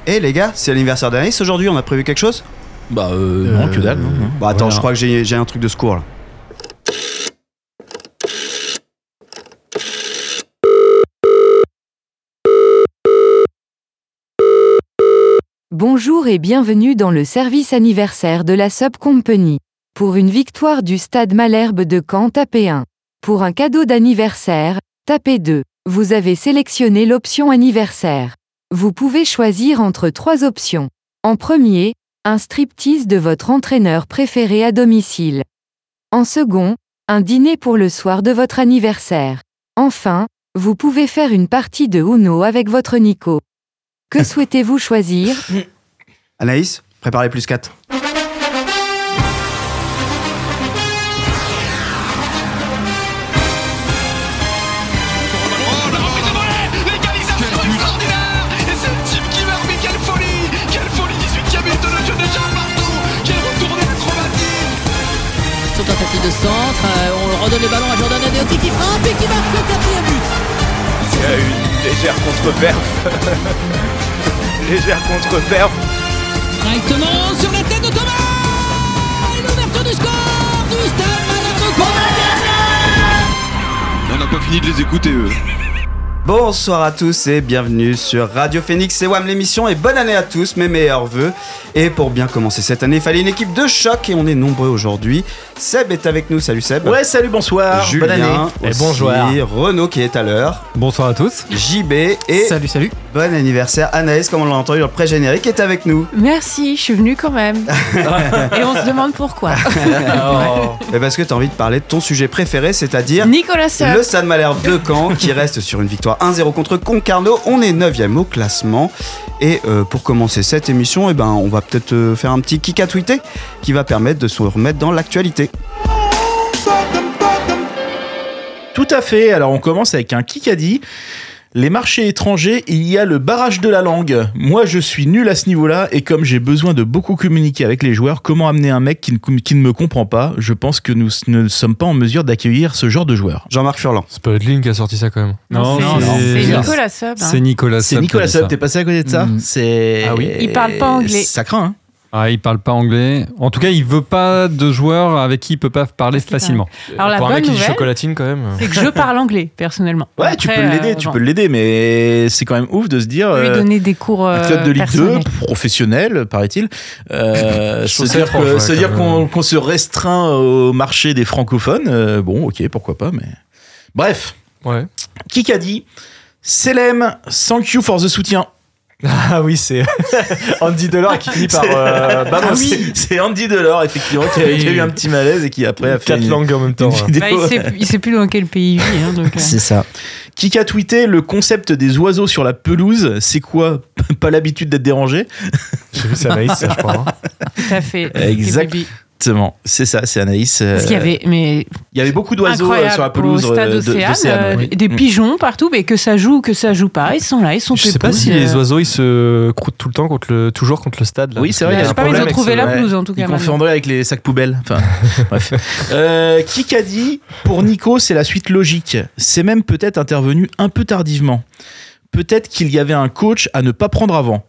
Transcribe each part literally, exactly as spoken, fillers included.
Eh les gars, c'est l'anniversaire d'Anaïs aujourd'hui, on a prévu quelque chose ? Bah euh, non, Euh, que dalle. Non. Bah attends, Voilà. je crois que j'ai, j'ai un truc de secours là. Bonjour et bienvenue dans le service anniversaire de la Sub Company. Pour une victoire du Stade Malherbe de Caen, tapez un. Pour un cadeau d'anniversaire, tapez deux. Vous avez sélectionné l'option anniversaire. Vous pouvez choisir entre trois options. En premier, un striptease de votre entraîneur préféré à domicile. En second, un dîner pour le soir de votre anniversaire. Enfin, vous pouvez faire une partie de Uno avec votre Nico. Que souhaitez-vous choisir ? Anaïs, prépare les plus quatre. Oh, la reprise de volée, l'égalisation extraordinaire. Et c'est le type qui meurt, mais quelle folie. Quelle folie, dix-huitième minute de le jeu déjà partout. Quelle retournée acrobatique. Sur tentative de centre, euh, on redonne le ballon à Jordan Adeoti qui frappe et qui marque le quatrième but. Il y a une légère contre-perf. légère contre-perf. Directement sur la tête de Thomas. Et l'ouverture du score du Stade Malherbe de Caen. On n'a pas fini de les écouter, eux. Bonsoir à tous et bienvenue sur Radio Phoenix, c'est W A M l'émission et bonne année à tous, mes meilleurs vœux. Et pour bien commencer cette année, il fallait une équipe de choc et on est nombreux aujourd'hui. Seb est avec nous, salut Seb. Ouais, salut, bonsoir. Julien Bonne année. aussi, Et bonjour. Renaud qui est à l'heure, Bonsoir à tous. J B et Salut, salut. bon anniversaire Anaïs, comme on l'a entendu dans le pré-générique, est avec nous. Merci, je suis venue quand même. Et on se demande pourquoi. Et parce que tu as envie de parler de ton sujet préféré, c'est-à-dire Nicolas Seul. le Stade Malherbe de Caen qui reste sur une victoire un zéro contre Concarneau. On est neuvième au classement. Et euh, pour commencer cette émission, eh ben, on va peut-être euh, faire un petit kick à tweeter qui va permettre de se remettre dans l'actualité. Tout à fait. Alors on commence avec un Kikadi. Les marchés étrangers, il y a le barrage de la langue. Moi, je suis nul à ce niveau-là et comme j'ai besoin de beaucoup communiquer avec les joueurs, comment amener un mec qui ne, qui ne me comprend pas ? Je pense que nous ne sommes pas en mesure d'accueillir ce genre de joueur. Jean-Marc Furlan. C'est pas Edlin qui a sorti ça quand même. Non, c'est, non, c'est c'est- Nicolas Sub. hein. C'est Nicolas C'est Sepp Nicolas qui a dit Sepp, t'es passé à côté de ça ? Mhm. C'est... Ah oui. Il parle pas anglais. Ça craint, hein ? Ah, il parle pas anglais. En tout cas, il veut pas de joueurs avec qui il peut pas parler Parce qu'il facilement. Alors la Pour un bonne mec qui dit nouvelle, chocolatine quand même. c'est que je parle anglais, personnellement. Ouais, tu Après, peux l'aider, euh, tu bon, peux l'aider, mais c'est quand même ouf de se dire... je peux lui euh, donner des cours un euh, club de Ligue deux, personnels. professionnel, paraît-il. Euh, Je se trouve ça dire, étrange, que- ouais, se quand dire même. qu'on, qu'on se restreint au marché des francophones, euh, bon, ok, pourquoi pas, mais... Bref, Ouais. qui a dit Selem, thank you for the soutien. Ah oui, c'est Andy Delors qui finit par euh, Ah balancer oui, c'est Andy Delors, effectivement, qui a, qui a eu un petit malaise et qui après a fait quatre une, langues en même temps. une hein. vidéo. Bah, il, sait, il sait plus dans quel pays il vit. Hein, donc, euh. C'est ça. Qui a tweeté le concept des oiseaux sur la pelouse, c'est quoi ? Pas l'habitude d'être dérangé ? J'ai vu ça, Anaïs, ça, je crois. hein. Tout à fait. Exact. Baby. Exactement, c'est ça, c'est Anaïs. euh, Parce qu'il y avait, mais il y avait beaucoup d'oiseaux euh, incroyable, sur la pelouse au stade euh, de- Océane, d'Océane. euh, oui. des Mm. pigeons partout, mais que ça joue, que ça joue pas, ils sont là, ils sont Je sais pas pépouses, si euh, les oiseaux ils se croûtent tout le temps contre le, toujours contre le stade. Là, Oui, parce c'est vrai, qu'il il y y a a un je sais pas, ils problème ont avec trouvé ce- la ouais. pelouse en tout Il cas. maintenant. confondrait avec les sacs poubelles. Enfin, bref. Euh, qui a dit pour Nico, c'est la suite logique. C'est même peut-être intervenu un peu tardivement. Peut-être qu'il y avait un coach à ne pas prendre avant.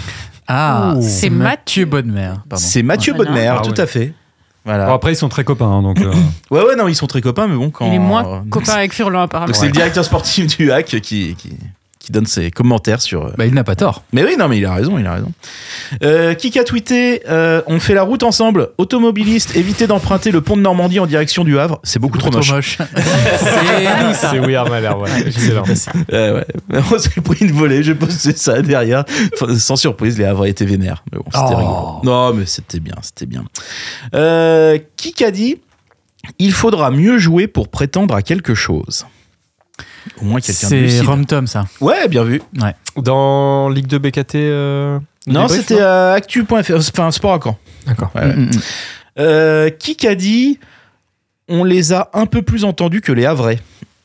Ah, Ouh. c'est C'est Mathieu Bodmer. Pardon. C'est Mathieu Voilà. Bodmer, Ah tout ouais. à fait. Voilà. Bon, après, ils sont très copains, hein, donc. euh, Ouais, ouais, non, ils sont très copains, mais bon, quand. Il est moins copain avec Furlan apparemment. Donc c'est le directeur sportif du Hack qui, qui, qui donne ses commentaires sur. Bah, il n'a pas tort. Mais oui, non, mais il a raison, il a raison. Euh, qui a tweeté euh, on fait la route ensemble. Automobiliste, évitez d'emprunter le pont de Normandie en direction du Havre. C'est beaucoup trop moche. C'est nous, c'est We Are Malherbe. Ouais. Excellent. Euh, ouais. On s'est pris une volée, j'ai posté ça derrière. Enfin, sans surprise, les Havrais étaient vénères. Mais bon, c'était Oh. rigolo. Non, mais c'était bien, c'était bien. Euh, qui a dit il faudra mieux jouer pour prétendre à quelque chose. Au moins quelqu'un de C'est lucide. Rom Tom, ça. Ouais, bien vu. Dans Ligue deux B K T. Euh, Non, débrief, c'était euh, actu point f r, enfin sport à Caen. D'accord. Ouais, ouais. Mm, mm, mm. Euh, qui a dit on les a un peu plus entendus que les Havrais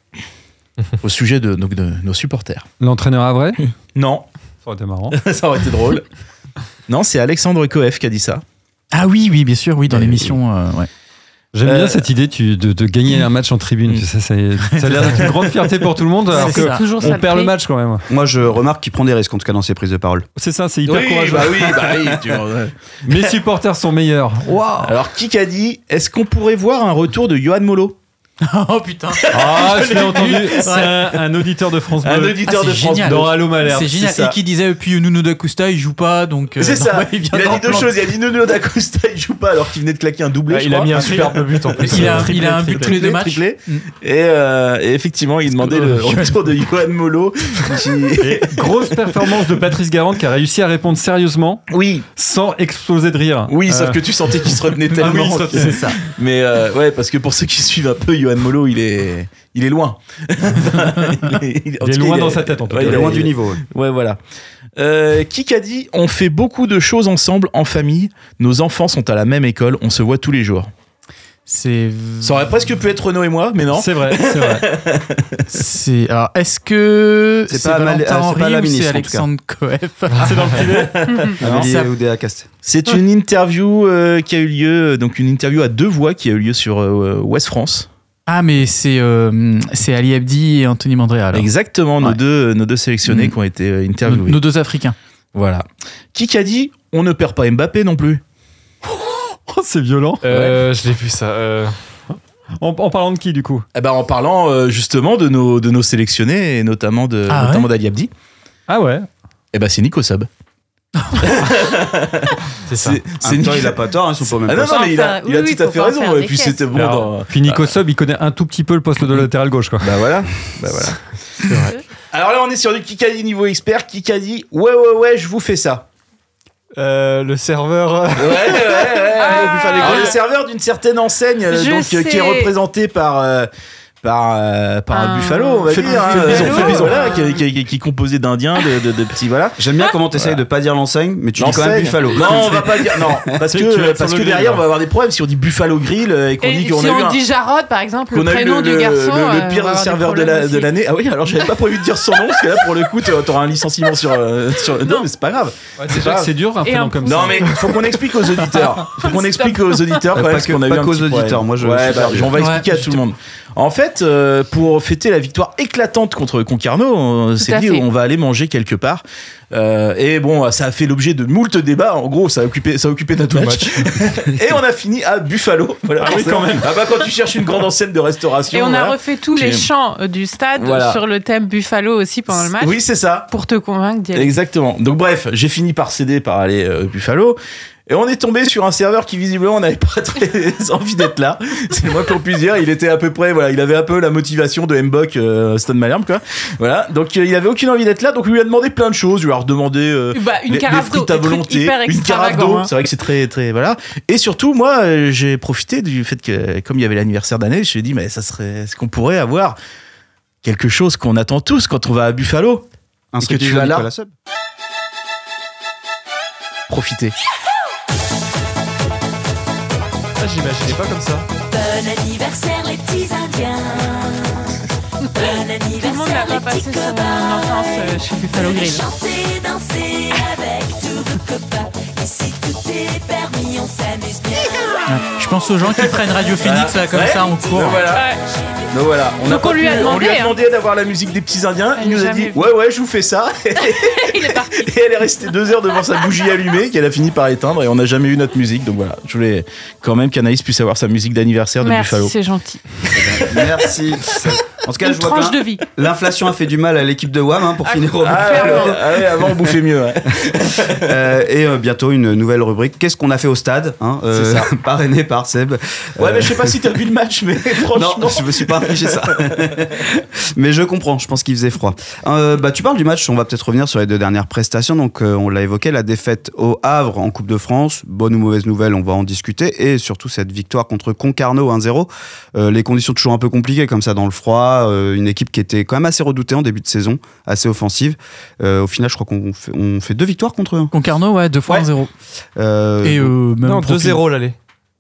au sujet de, donc, de nos supporters. L'entraîneur à vrai. Non, Ça aurait été marrant. ça aurait été drôle. Non, c'est Alexandre Coef qui a dit ça. Ah oui, oui, bien sûr, oui, dans Euh, l'émission. euh, ouais. J'aime Euh, bien cette idée tu, de, de gagner un match en tribune. Tu sais, ça, ça a l'air d'être une grande fierté pour tout le monde, alors C'est que ça. Toujours ça on le perd prix. le match quand même. Moi, je remarque qu'il prend des risques, en tout cas, dans ses prises de parole. C'est ça, c'est hyper Oui, courageux. bah oui, bah oui. tu vois, ouais. Mes supporters sont meilleurs. Waouh. Alors, qui a dit, est-ce qu'on pourrait voir un retour de Johan Molo? Oh putain. Ah, je l'ai entendu. C'est un, un auditeur de France Bleu. Un auditeur Ah, de c'est France génial. Bleu. Dans Allo Malherbe. C'est génial. c'est ça. Et qui disait, puis Nuno D'Acosta, il joue pas, donc. euh, C'est non, ça. ouais, Il, vient a dit d'en deux planter. choses. Il a dit Nuno D'Acosta, il joue pas alors qu'il venait de claquer un doublé. Ouais, je il a crois. mis un superbe but en plus. Il a, Triplé, il a un but triplé. tous les deux matchs. Triplé. Mm. Et, euh, et effectivement, il demandait le retour de Johan Molo. qui- Et grosse performance de Patrice Garande qui a réussi à répondre sérieusement Oui, sans exploser de rire. oui, sauf Euh, que tu sentais qu'il se retenait tellement. oui, il se retenait. c'est ça. Mais euh, ouais, parce que pour ceux qui suivent un peu, Johan Molo, il est, il est loin. il est, il- en Il est tout cas, loin dans sa tête, en tout ouais, cas. Il est il loin il du niveau. Ouais, voilà. Euh, qui a dit, on fait beaucoup de choses ensemble en famille. Nos enfants sont à la même école. On se voit tous les jours. C'est. Ça aurait presque pu être Renaud et moi, mais non. C'est vrai, c'est vrai. C'est. Alors, est-ce que. C'est pas Amal- Valentin euh, c'est Henry pas la ou ministre, c'est en tout cas. Alexandre Coef. C'est dans le privé. Amélie ça- Oudéa Castet. C'est une interview euh, qui a eu lieu, donc une interview à deux voix qui a eu lieu sur euh, Ouest France. Ah, mais c'est euh, c'est Ali Abdi et Anthony Mandrea. alors. Exactement, nos Ouais. deux, nos deux sélectionnés Mhm. qui ont été euh, Nos, interviewés. nos deux Africains. Voilà. Qui a dit, on ne perd pas Mbappé non plus. Oh, c'est violent. Euh, Je l'ai vu ça. euh, En, en parlant de qui, du coup? Eh ben, en parlant euh, justement de nos, de nos sélectionnés et notamment de Ah notamment ouais d'Ali Abdi. Ah ouais. Eh ben, c'est Nico Sub. C'est ça. C'est, En même temps, il a pas tort, hein, ils sont pas au même Ah non, poste. non, mais il a, faire- il a oui, tout à faut fait pas raison. faire Et des puis caisses. c'était bon. Alors, dans- Puis Nico Sub, il connaît un tout petit peu le poste de latéral gauche, quoi. Bah voilà. Bah voilà. Alors là, on est sur du Kikadi niveau expert. Kikadi, ouais, ouais, ouais, je vous fais ça. Euh, le serveur. Ouais, ouais, ouais. Ah. Alors, le serveur d'une certaine enseigne, euh, Je donc, euh, qui est sais. représenté par. euh, par, euh, par un Un buffalo, on va Fait- dire. hein, fait euh, bison, fait bison. voilà, qui, qui, qui, qui est composé d'indiens, de, de, de petits. Voilà. J'aime bien comment t'essayes de pas dire l'enseigne, mais tu dis quand même L'enseigne. Buffalo. Non, on va pas dire. Non, parce Tu vas que, être parce sur que le grill, derrière, là. on va avoir des problèmes si on dit Buffalo Grill euh, et qu'on Et dit si qu'on a eu on un. dit Jarod, par exemple, le qu'on a eu prénom le, du garçon. le, le euh, on va pire avoir des serveur de problèmes la- de aussi. l'année. Ah oui, alors j'avais pas prévu de dire son nom, parce que là, pour le coup, t'auras un licenciement sur. euh, sur... Non, mais c'est pas grave. C'est déjà que c'est dur, un Et prénom un comme Non, ça. mais faut qu'on explique aux auditeurs. Faut qu'on explique aux auditeurs quand Pas même, que- parce qu'on a pas eu un qu'aux petit auditeurs, problème. moi, je Ouais, suis bah, perdu. on va expliquer Ouais, à tout le monde. En fait, euh, pour fêter la victoire éclatante contre Concarneau, on s'est à dit fait. on va aller manger quelque part. Euh, et bon, ça a fait l'objet de moult débats. En gros, ça a occupé, ça a occupé notre match. Et on a fini à Buffalo. Voilà, Ah oui, forcément. quand même. Ah bah quand tu cherches une grande enseigne de restauration. Et on a voilà. refait tous Tu- les chants euh, du stade Voilà. sur le thème Buffalo aussi pendant le match Oui, c'est ça. pour te convaincre d'y aller. Exactement. Donc bref, j'ai fini par céder par aller euh, Buffalo. Et on est tombé sur un serveur qui visiblement n'avait pas très envie d'être là. C'est le moins qu'on puisse dire. Il était à peu près, voilà, il avait un peu la motivation de Mbok, euh, Stade Malherbe, quoi. Voilà. Donc euh, il avait aucune envie d'être là. Donc on lui a demandé plein de choses. Il lui a demandé euh, Bah, une les, carafe les d'eau, frites à des trucs volonté, hyper une carafe extravagants, d'eau. hein. C'est vrai que c'est très, très, voilà. Et surtout, moi, euh, j'ai profité du fait que, comme il y avait l'anniversaire d'année, je me suis dit, mais ça serait, est-ce qu'on pourrait avoir quelque chose qu'on attend tous quand on va à Buffalo? Un que tu striptease as de là. Nicolas Sub. Profiter. Ah, j'imaginais pas comme ça. Bon anniversaire les petits indiens. Bon Tout le monde n'a anniversaire pas les passé petits son copains. enfance euh, chez Buffalo Venez Grill. chanter, danser avec tous vos copains. Ici tout est permis, on s'amuse bien. Je pense aux gens qui prennent Radio Phoenix là comme Ouais. ça en cours. Donc voilà. Donc voilà, on, Donc pas on lui pu- a on demandé, lui a hein. demandé d'avoir la musique des petits indiens. Elle Il nous a l'a dit jamais vu. ouais ouais je vous fais ça. Il est parti. Et elle est restée deux heures devant sa bougie allumée qu'elle a fini par éteindre et on n'a jamais eu notre musique. Donc voilà, je voulais quand même qu'Anaïs puisse avoir sa musique d'anniversaire de Merci, Buffalo. c'est gentil. Merci. En tout cas, Une je vois tranche que de vie. l'inflation a fait du mal à l'équipe de W A M hein, pour Ah, finir au Ah, Buffalo. ouais, ah ouais, avant on bouffait mieux. Ouais. Euh, et euh, bientôt une nouvelle rubrique. Qu'est-ce qu'on a fait au stade hein, euh, C'est ça. Parrainé par Seb. Ouais, Euh, mais je sais pas si t'as vu le match, mais franchement. Non, je me suis pas infligé ça. Mais je comprends, je pense qu'il faisait froid. Euh, bah, tu parles du match, on va peut-être revenir sur les deux dernières prestations. Donc, euh, on l'a évoqué, la défaite au Havre en Coupe de France. Bonne ou mauvaise nouvelle, on va en discuter. Et surtout, cette victoire contre Concarneau un zéro. Euh, les conditions toujours un peu compliquées, comme ça, dans le froid. Euh, une équipe qui était quand même assez redoutée en début de saison, assez offensive. Euh, au final, je crois qu'on fait, on fait deux victoires contre eux. Concarneau, ouais, deux fois Ouais. un zéro. Euh, Et euh, même Non, profil. deux zéro l'aller.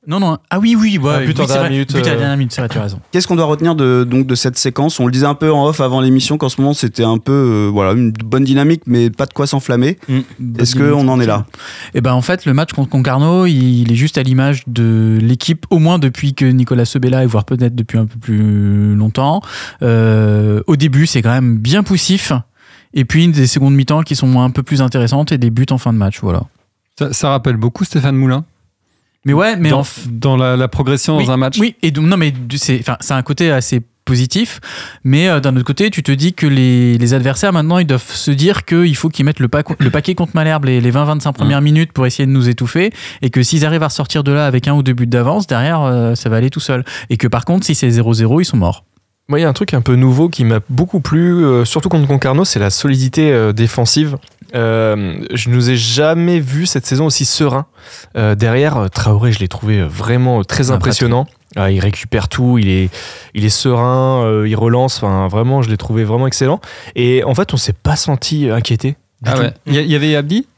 Non, non. Ah oui, oui. Ouais, Un but oui, en c'est dernière vrai. minute, But à la euh, dernière minute, c'est vrai, tu as raison. Qu'est-ce qu'on doit retenir de, donc, de cette séquence ? On le disait un peu en off avant l'émission qu'en ce moment c'était un peu euh, voilà, une bonne dynamique mais pas de quoi s'enflammer. Mmh. Est-ce qu'on en est là ? Eh ben en fait, le match contre Concarneau, il est juste à l'image de l'équipe, au moins depuis que Nicolas Seube est là, et voire peut-être depuis un peu plus longtemps. Euh, au début, c'est quand même bien poussif. Et puis des secondes mi-temps qui sont un peu plus intéressantes et des buts en fin de match. Voilà. Ça, ça rappelle beaucoup Stéphane Moulin. Mais ouais, mais dans, en f... dans la, la progression oui, dans un match. Oui, et donc non, mais c'est, enfin, c'est un côté assez positif, mais euh, d'un autre côté, tu te dis que les, les adversaires maintenant, ils doivent se dire qu'il faut qu'ils mettent le, pa- le paquet contre Malherbe les, les vingt vingt-cinq premières mmh. minutes pour essayer de nous étouffer, et que s'ils arrivent à ressortir de là avec un ou deux buts d'avance, derrière, euh, ça va aller tout seul. Et que par contre, si c'est zéro zéro, ils sont morts. Moi, il y a un truc un peu nouveau qui m'a beaucoup plu, euh, surtout contre Concarneau, c'est la solidité euh, défensive. Euh, je nous ai jamais vu cette saison aussi serein. Euh, derrière, Traoré, je l'ai trouvé vraiment très impressionnant. Ah, il récupère tout, il est, il est serein, euh, il relance. Enfin, vraiment, je l'ai trouvé vraiment excellent. Et en fait, on s'est pas senti inquiété. Ah tout. Ouais. Il y, y avait Abdi.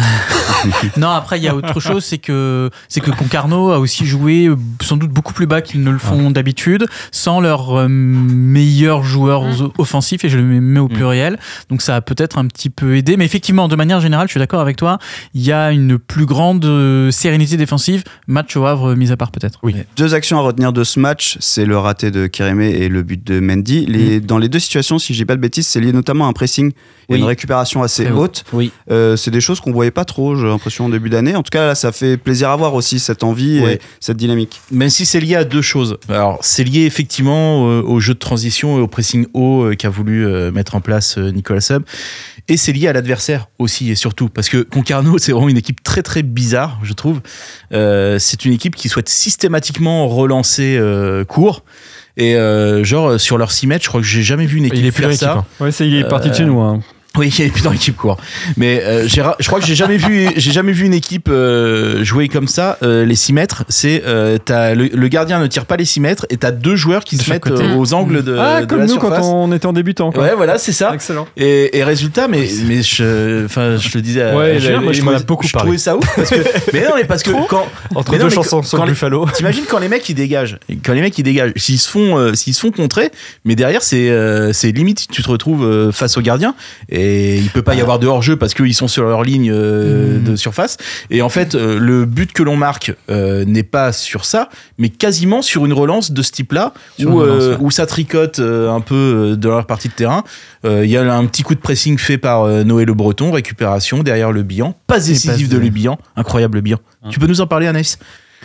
Non, après il y a autre chose, c'est que c'est que Concarneau a aussi joué sans doute beaucoup plus bas qu'ils ne le font d'habitude, sans leurs euh, meilleurs joueurs mmh. offensifs, et je le mets au pluriel. Donc ça a peut-être un petit peu aidé, mais effectivement, de manière générale, je suis d'accord avec toi. Il y a une plus grande euh, sérénité défensive, match au Havre mis à part peut-être. Oui. Mais... Deux actions à retenir de ce match, c'est le raté de Kérémé et le but de Mendy. Les, mmh. Dans les deux situations, si je dis pas de bêtises, c'est lié notamment à un pressing et oui. une récupération assez Très haute. Oui. Euh, c'est des choses qu'on voyait pas trop, j'ai l'impression, en début d'année. En tout cas, là, ça fait plaisir à voir aussi, cette envie ouais. et cette dynamique. Même si c'est lié à deux choses. Alors, c'est lié effectivement euh, au jeu de transition et au pressing haut euh, qu'a voulu euh, mettre en place euh, Nicolas Seube. Et c'est lié à l'adversaire aussi et surtout. Parce que Concarneau, c'est vraiment une équipe très très bizarre, je trouve. Euh, c'est une équipe qui souhaite systématiquement relancer euh, court. Et euh, genre, sur leurs six mètres, je crois que j'ai jamais vu une équipe il est faire ça. Hein. Ouais, c'est, il est parti euh, de chez nous. Hein. Oui, il est plus dans l'équipe court. Mais euh, j'ai, je crois que j'ai jamais vu, j'ai jamais vu une équipe euh, jouer comme ça. Euh, les six mètres, c'est euh, t'as le, le gardien ne tire pas les six mètres et t'as deux joueurs qui de se mettent côté. aux angles de, ah, de comme la nous surface. Quand on était en débutant. Quoi. Ouais, voilà, c'est ça. Excellent. Et, et résultat, mais mais je, enfin, je le disais. À, ouais, à Julien, moi, je trouvais, beaucoup je trouvais ça ouf parce que. Mais non, mais parce que quand entre mais deux non, chansons sur le Buffalo. T'imagines quand les mecs ils dégagent, quand les mecs ils dégagent, s'ils se font, euh, s'ils se font contrer, mais derrière c'est, euh, c'est limite, tu te retrouves euh, face au gardien et il peut pas y avoir de hors-jeu parce qu'ils sont sur leur ligne euh, mmh. de surface. Et en fait, euh, le but que l'on marque euh, n'est pas sur ça, mais quasiment sur une relance de ce type-là, où, relance, euh, ouais. où ça tricote euh, un peu de leur partie de terrain. Il euh, y a un petit coup de pressing fait par euh, Noé Le Breton, récupération derrière Le Bihan, pas décisif de Le Bihan, incroyable Le Bihan. Hein. Tu peux nous en parler, Anaïs?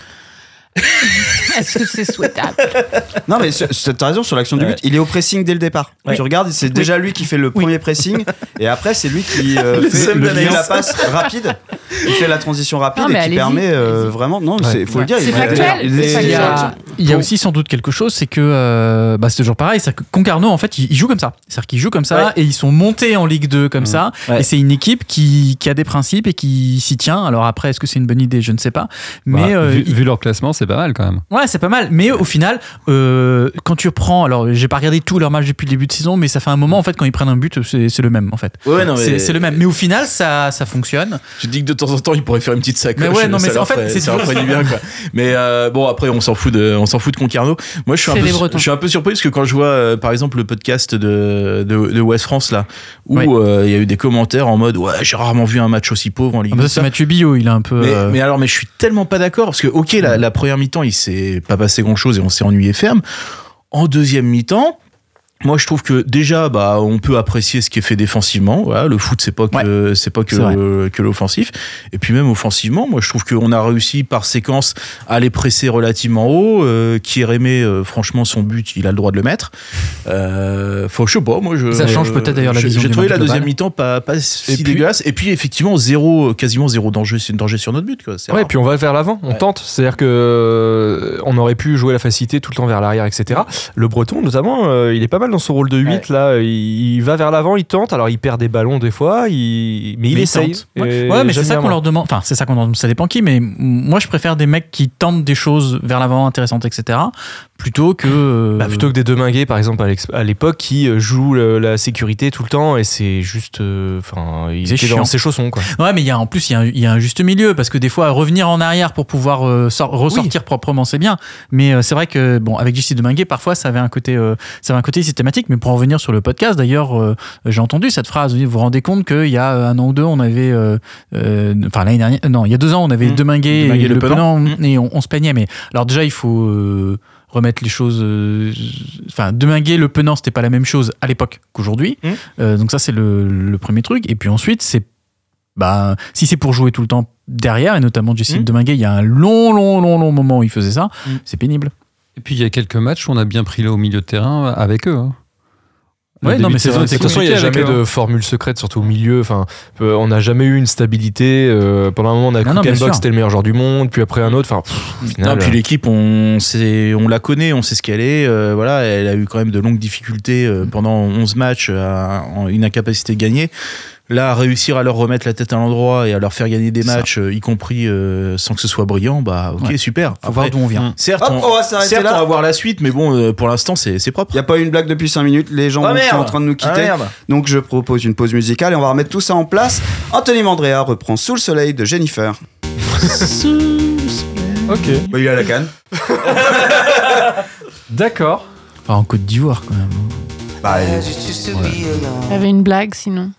Est-ce que c'est souhaitable? Non, mais t'as raison sur l'action du but. Il est au pressing dès le départ. Ouais. Tu regardes, c'est déjà lui qui fait le premier oui. pressing, et après c'est lui qui euh, fait, le, fait la passe rapide. Il fait la transition rapide non, et qui allez-y. permet euh, vraiment. Non, il ouais. faut ouais. le dire. C'est il factuel. Il y a, il y a aussi sans doute quelque chose, c'est que euh, bah, c'est toujours pareil. C'est que Concarneau, en fait, il, il joue comme ça. C'est-à-dire qu'ils jouent comme ça ouais. et ils sont montés en Ligue deux comme mmh. ça. Ouais. Et c'est une équipe qui, qui a des principes et qui s'y tient. Alors après, est-ce que c'est une bonne idée? Je ne sais pas. Mais bah, euh, vu, il... vu leur classement, c'est pas mal quand même. Ouais, c'est pas mal. Mais au final, euh, quand tu prends, alors j'ai pas regardé tous leurs matchs depuis le début de saison, mais ça fait un moment en fait quand ils prennent un but, c'est, c'est le même en fait. Ouais, non, mais... c'est, c'est le même. Mais au final, ça, ça fonctionne. Tu te dis que de temps en temps, ils pourraient faire une petite sacoche. Mais ouais, non, mais ça en fait, ferait, c'est ça leur ferait du bien quoi. Mais euh, bon, après, on s'en fout de, on s'en fout de Concarneau. Moi, je suis un peu, je suis un peu surpris parce que quand je vois, euh, par exemple, le podcast de de, de Ouest France là, où il ouais. euh, y a eu des commentaires en mode ouais, j'ai rarement vu un match aussi pauvre en Ligue. Ah bah ça, c'est Mathieu Billot, il a un peu. Mais, euh... mais alors, mais je suis tellement pas d'accord parce que ok, la, la première mi-temps, il s'est pas passé grand chose et on s'est ennuyé ferme. En deuxième mi-temps, moi je trouve que déjà bah on peut apprécier ce qui est fait défensivement. Voilà, le foot c'est pas que ouais, c'est pas que c'est le, que l'offensif. Et puis même offensivement, moi je trouve qu'on a réussi par séquence à les presser relativement haut. Euh, Kérémé, euh, franchement son but, il a le droit de le mettre. Euh, faut je sais pas, moi je. Ça change peut-être d'ailleurs la je, vision. J'ai du trouvé la global. deuxième mi-temps pas pas si et puis, dégueulasse. Et puis effectivement zéro, quasiment zéro danger, c'est une danger sur notre but quoi. C'est ouais, rare. Puis on va vers l'avant, on ouais. tente. C'est-à-dire que on aurait pu jouer la facilité tout le temps vers l'arrière, et cetera. Le Breton notamment, euh, il est pas mal dans son rôle de huit. Ouais. Là, il, il va vers l'avant, il tente. Alors, il perd des ballons des fois, il... mais il mais essaye. Il ouais, ouais mais c'est ça qu'on leur demande. Enfin, c'est ça qu'on leur demande. Ça dépend qui, mais moi, je préfère des mecs qui tentent des choses vers l'avant, intéressantes, et cetera, plutôt que. Euh... Bah, plutôt que des Deminguet, par exemple, à l'époque, qui jouent la sécurité tout le temps et c'est juste. Enfin, euh, il est dans ses chaussons, quoi. Ouais, mais il y a, en plus, il y, a un, il y a un juste milieu parce que des fois, revenir en arrière pour pouvoir euh, sor- ressortir oui. proprement, c'est bien. Mais euh, c'est vrai que, bon, avec J C Deminguet, parfois, ça avait un côté, euh, ça avait un côté systématique. Mais pour en revenir sur le podcast, d'ailleurs, euh, j'ai entendu cette phrase. Vous vous rendez compte qu'il y a un an ou deux, on avait, euh, euh, enfin l'année dernière, non, il y a deux ans, on avait mmh. Deminguet, Deminguet et Le Penant, mmh. et on, on se plaignait. Mais alors déjà, il faut euh, remettre les choses. Euh, enfin, Deminguet, Le Penant, c'était pas la même chose à l'époque qu'aujourd'hui. Mmh. Euh, donc ça, c'est le, le premier truc. Et puis ensuite, c'est bah, si c'est pour jouer tout le temps derrière, et notamment J C mmh. Deminguet, il y a un long, long, long, long moment où il faisait ça, mmh. c'est pénible. Et puis il y a quelques matchs où on a bien pris là au milieu de terrain avec eux. Hein. Ouais, non, mais c'est de toute façon, il n'y a jamais de formule secrète, surtout au milieu. Enfin, euh, on n'a jamais eu une stabilité. Euh, pendant un moment, on a cru qu'Henbox c'était le meilleur joueur du monde, puis après un autre. Enfin, pff, au final, non, puis l'équipe, on, sait, on la connaît, on sait ce qu'elle est. Euh, voilà, elle a eu quand même de longues difficultés euh, pendant onze matchs, à, à une incapacité de gagner. Là, réussir à leur remettre la tête à l'endroit et à leur faire gagner des matchs, euh, y compris euh, sans que ce soit brillant, bah ok, ouais. super. Faut voir d'où on vient. Certes, Hop, on, on, va certes on va voir la suite, mais bon, euh, pour l'instant, c'est, c'est propre. Il n'y a pas eu une blague depuis cinq minutes, les gens ah, sont en train de nous quitter. Ah, donc je propose une pause musicale et on va remettre tout ça en place. Anthony Mandrea reprend Sous le soleil de Jennifer. Ok. Bah, il est à la canne. D'accord. Enfin, en Côte d'Ivoire, quand même. Bah, ouais. Il y avait une blague, sinon.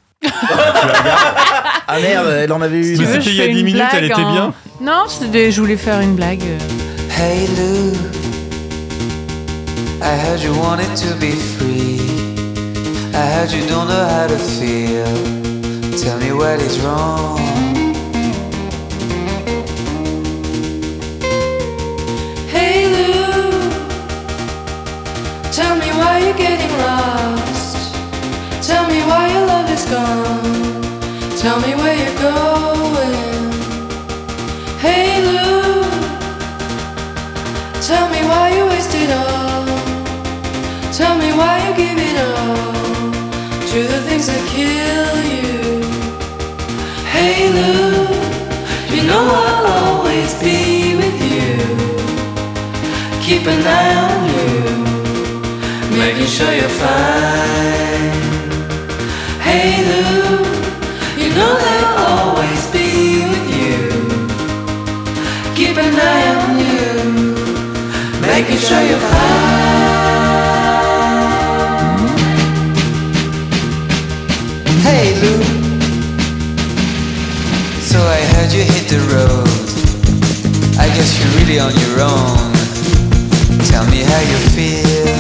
Ah merde, elle en avait une. Mais c'était il y a dix minutes, elle était en... bien. Non, je voulais faire une blague. Hey Lou, I heard you wanted to be free. I heard you don't know how to feel. Tell me what is wrong. Hey Lou, tell me why you're getting lost. Tell me why your love is gone. Tell me where you're going. Hey Lou, tell me why you waste it all. Tell me why you give it all to the things that kill you. Hey Lou, you know I'll always be with you. Keep an eye on you, making sure you're fine. Hey Lou, you know they'll always be with you. Keep an eye on you, making sure you're fine. Hey Lou, so I heard you hit the road. I guess you're really on your own. Tell me how you feel.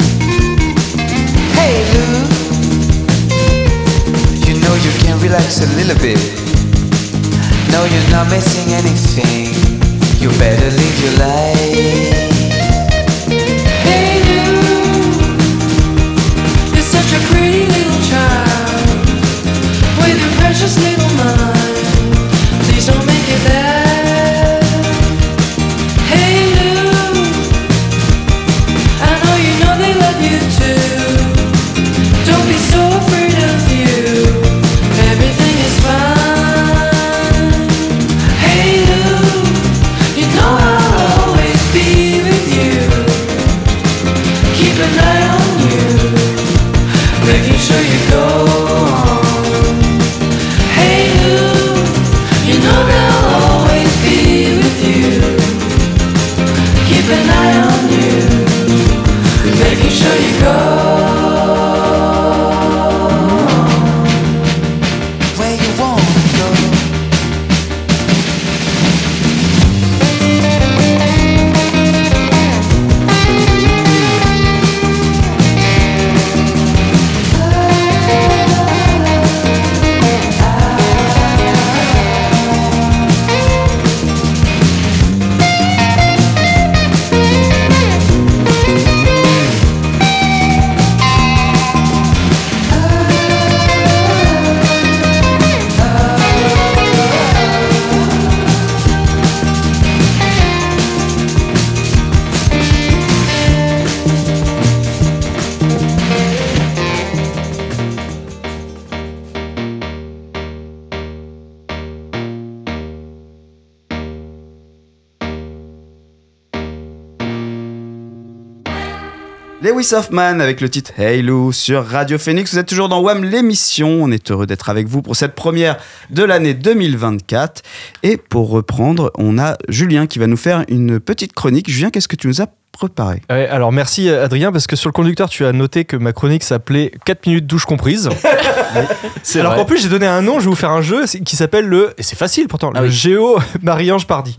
Hey Lou, you can relax a little bit. No, you're not missing anything. You better live your life. Hey Lou, you're such a pretty little child with your precious little mind. Please don't make it bad. Hey Lou, I know you know they love you too. Don't be so afraid of you. Everything is fine. Hey Lou, you know I'll always be with you. Keep an eye on you, making sure you go on. Hey Lou, Lewis Hoffman avec le titre Hey Lou sur Radio Phoenix. Vous êtes toujours dans W A M l'émission. On est heureux d'être avec vous pour cette première de l'année deux mille vingt-quatre. Et pour reprendre, on a Julien qui va nous faire une petite chronique. Julien, qu'est-ce que tu nous as préparé ? Ouais, alors merci Adrien, parce que sur le conducteur, tu as noté que ma chronique s'appelait quatre minutes douche comprise. C'est alors vrai. qu'en plus, j'ai donné un nom, je vais vous faire un jeu qui s'appelle le, et c'est facile pourtant, Ah le oui. Géo Marie-Ange Pardy.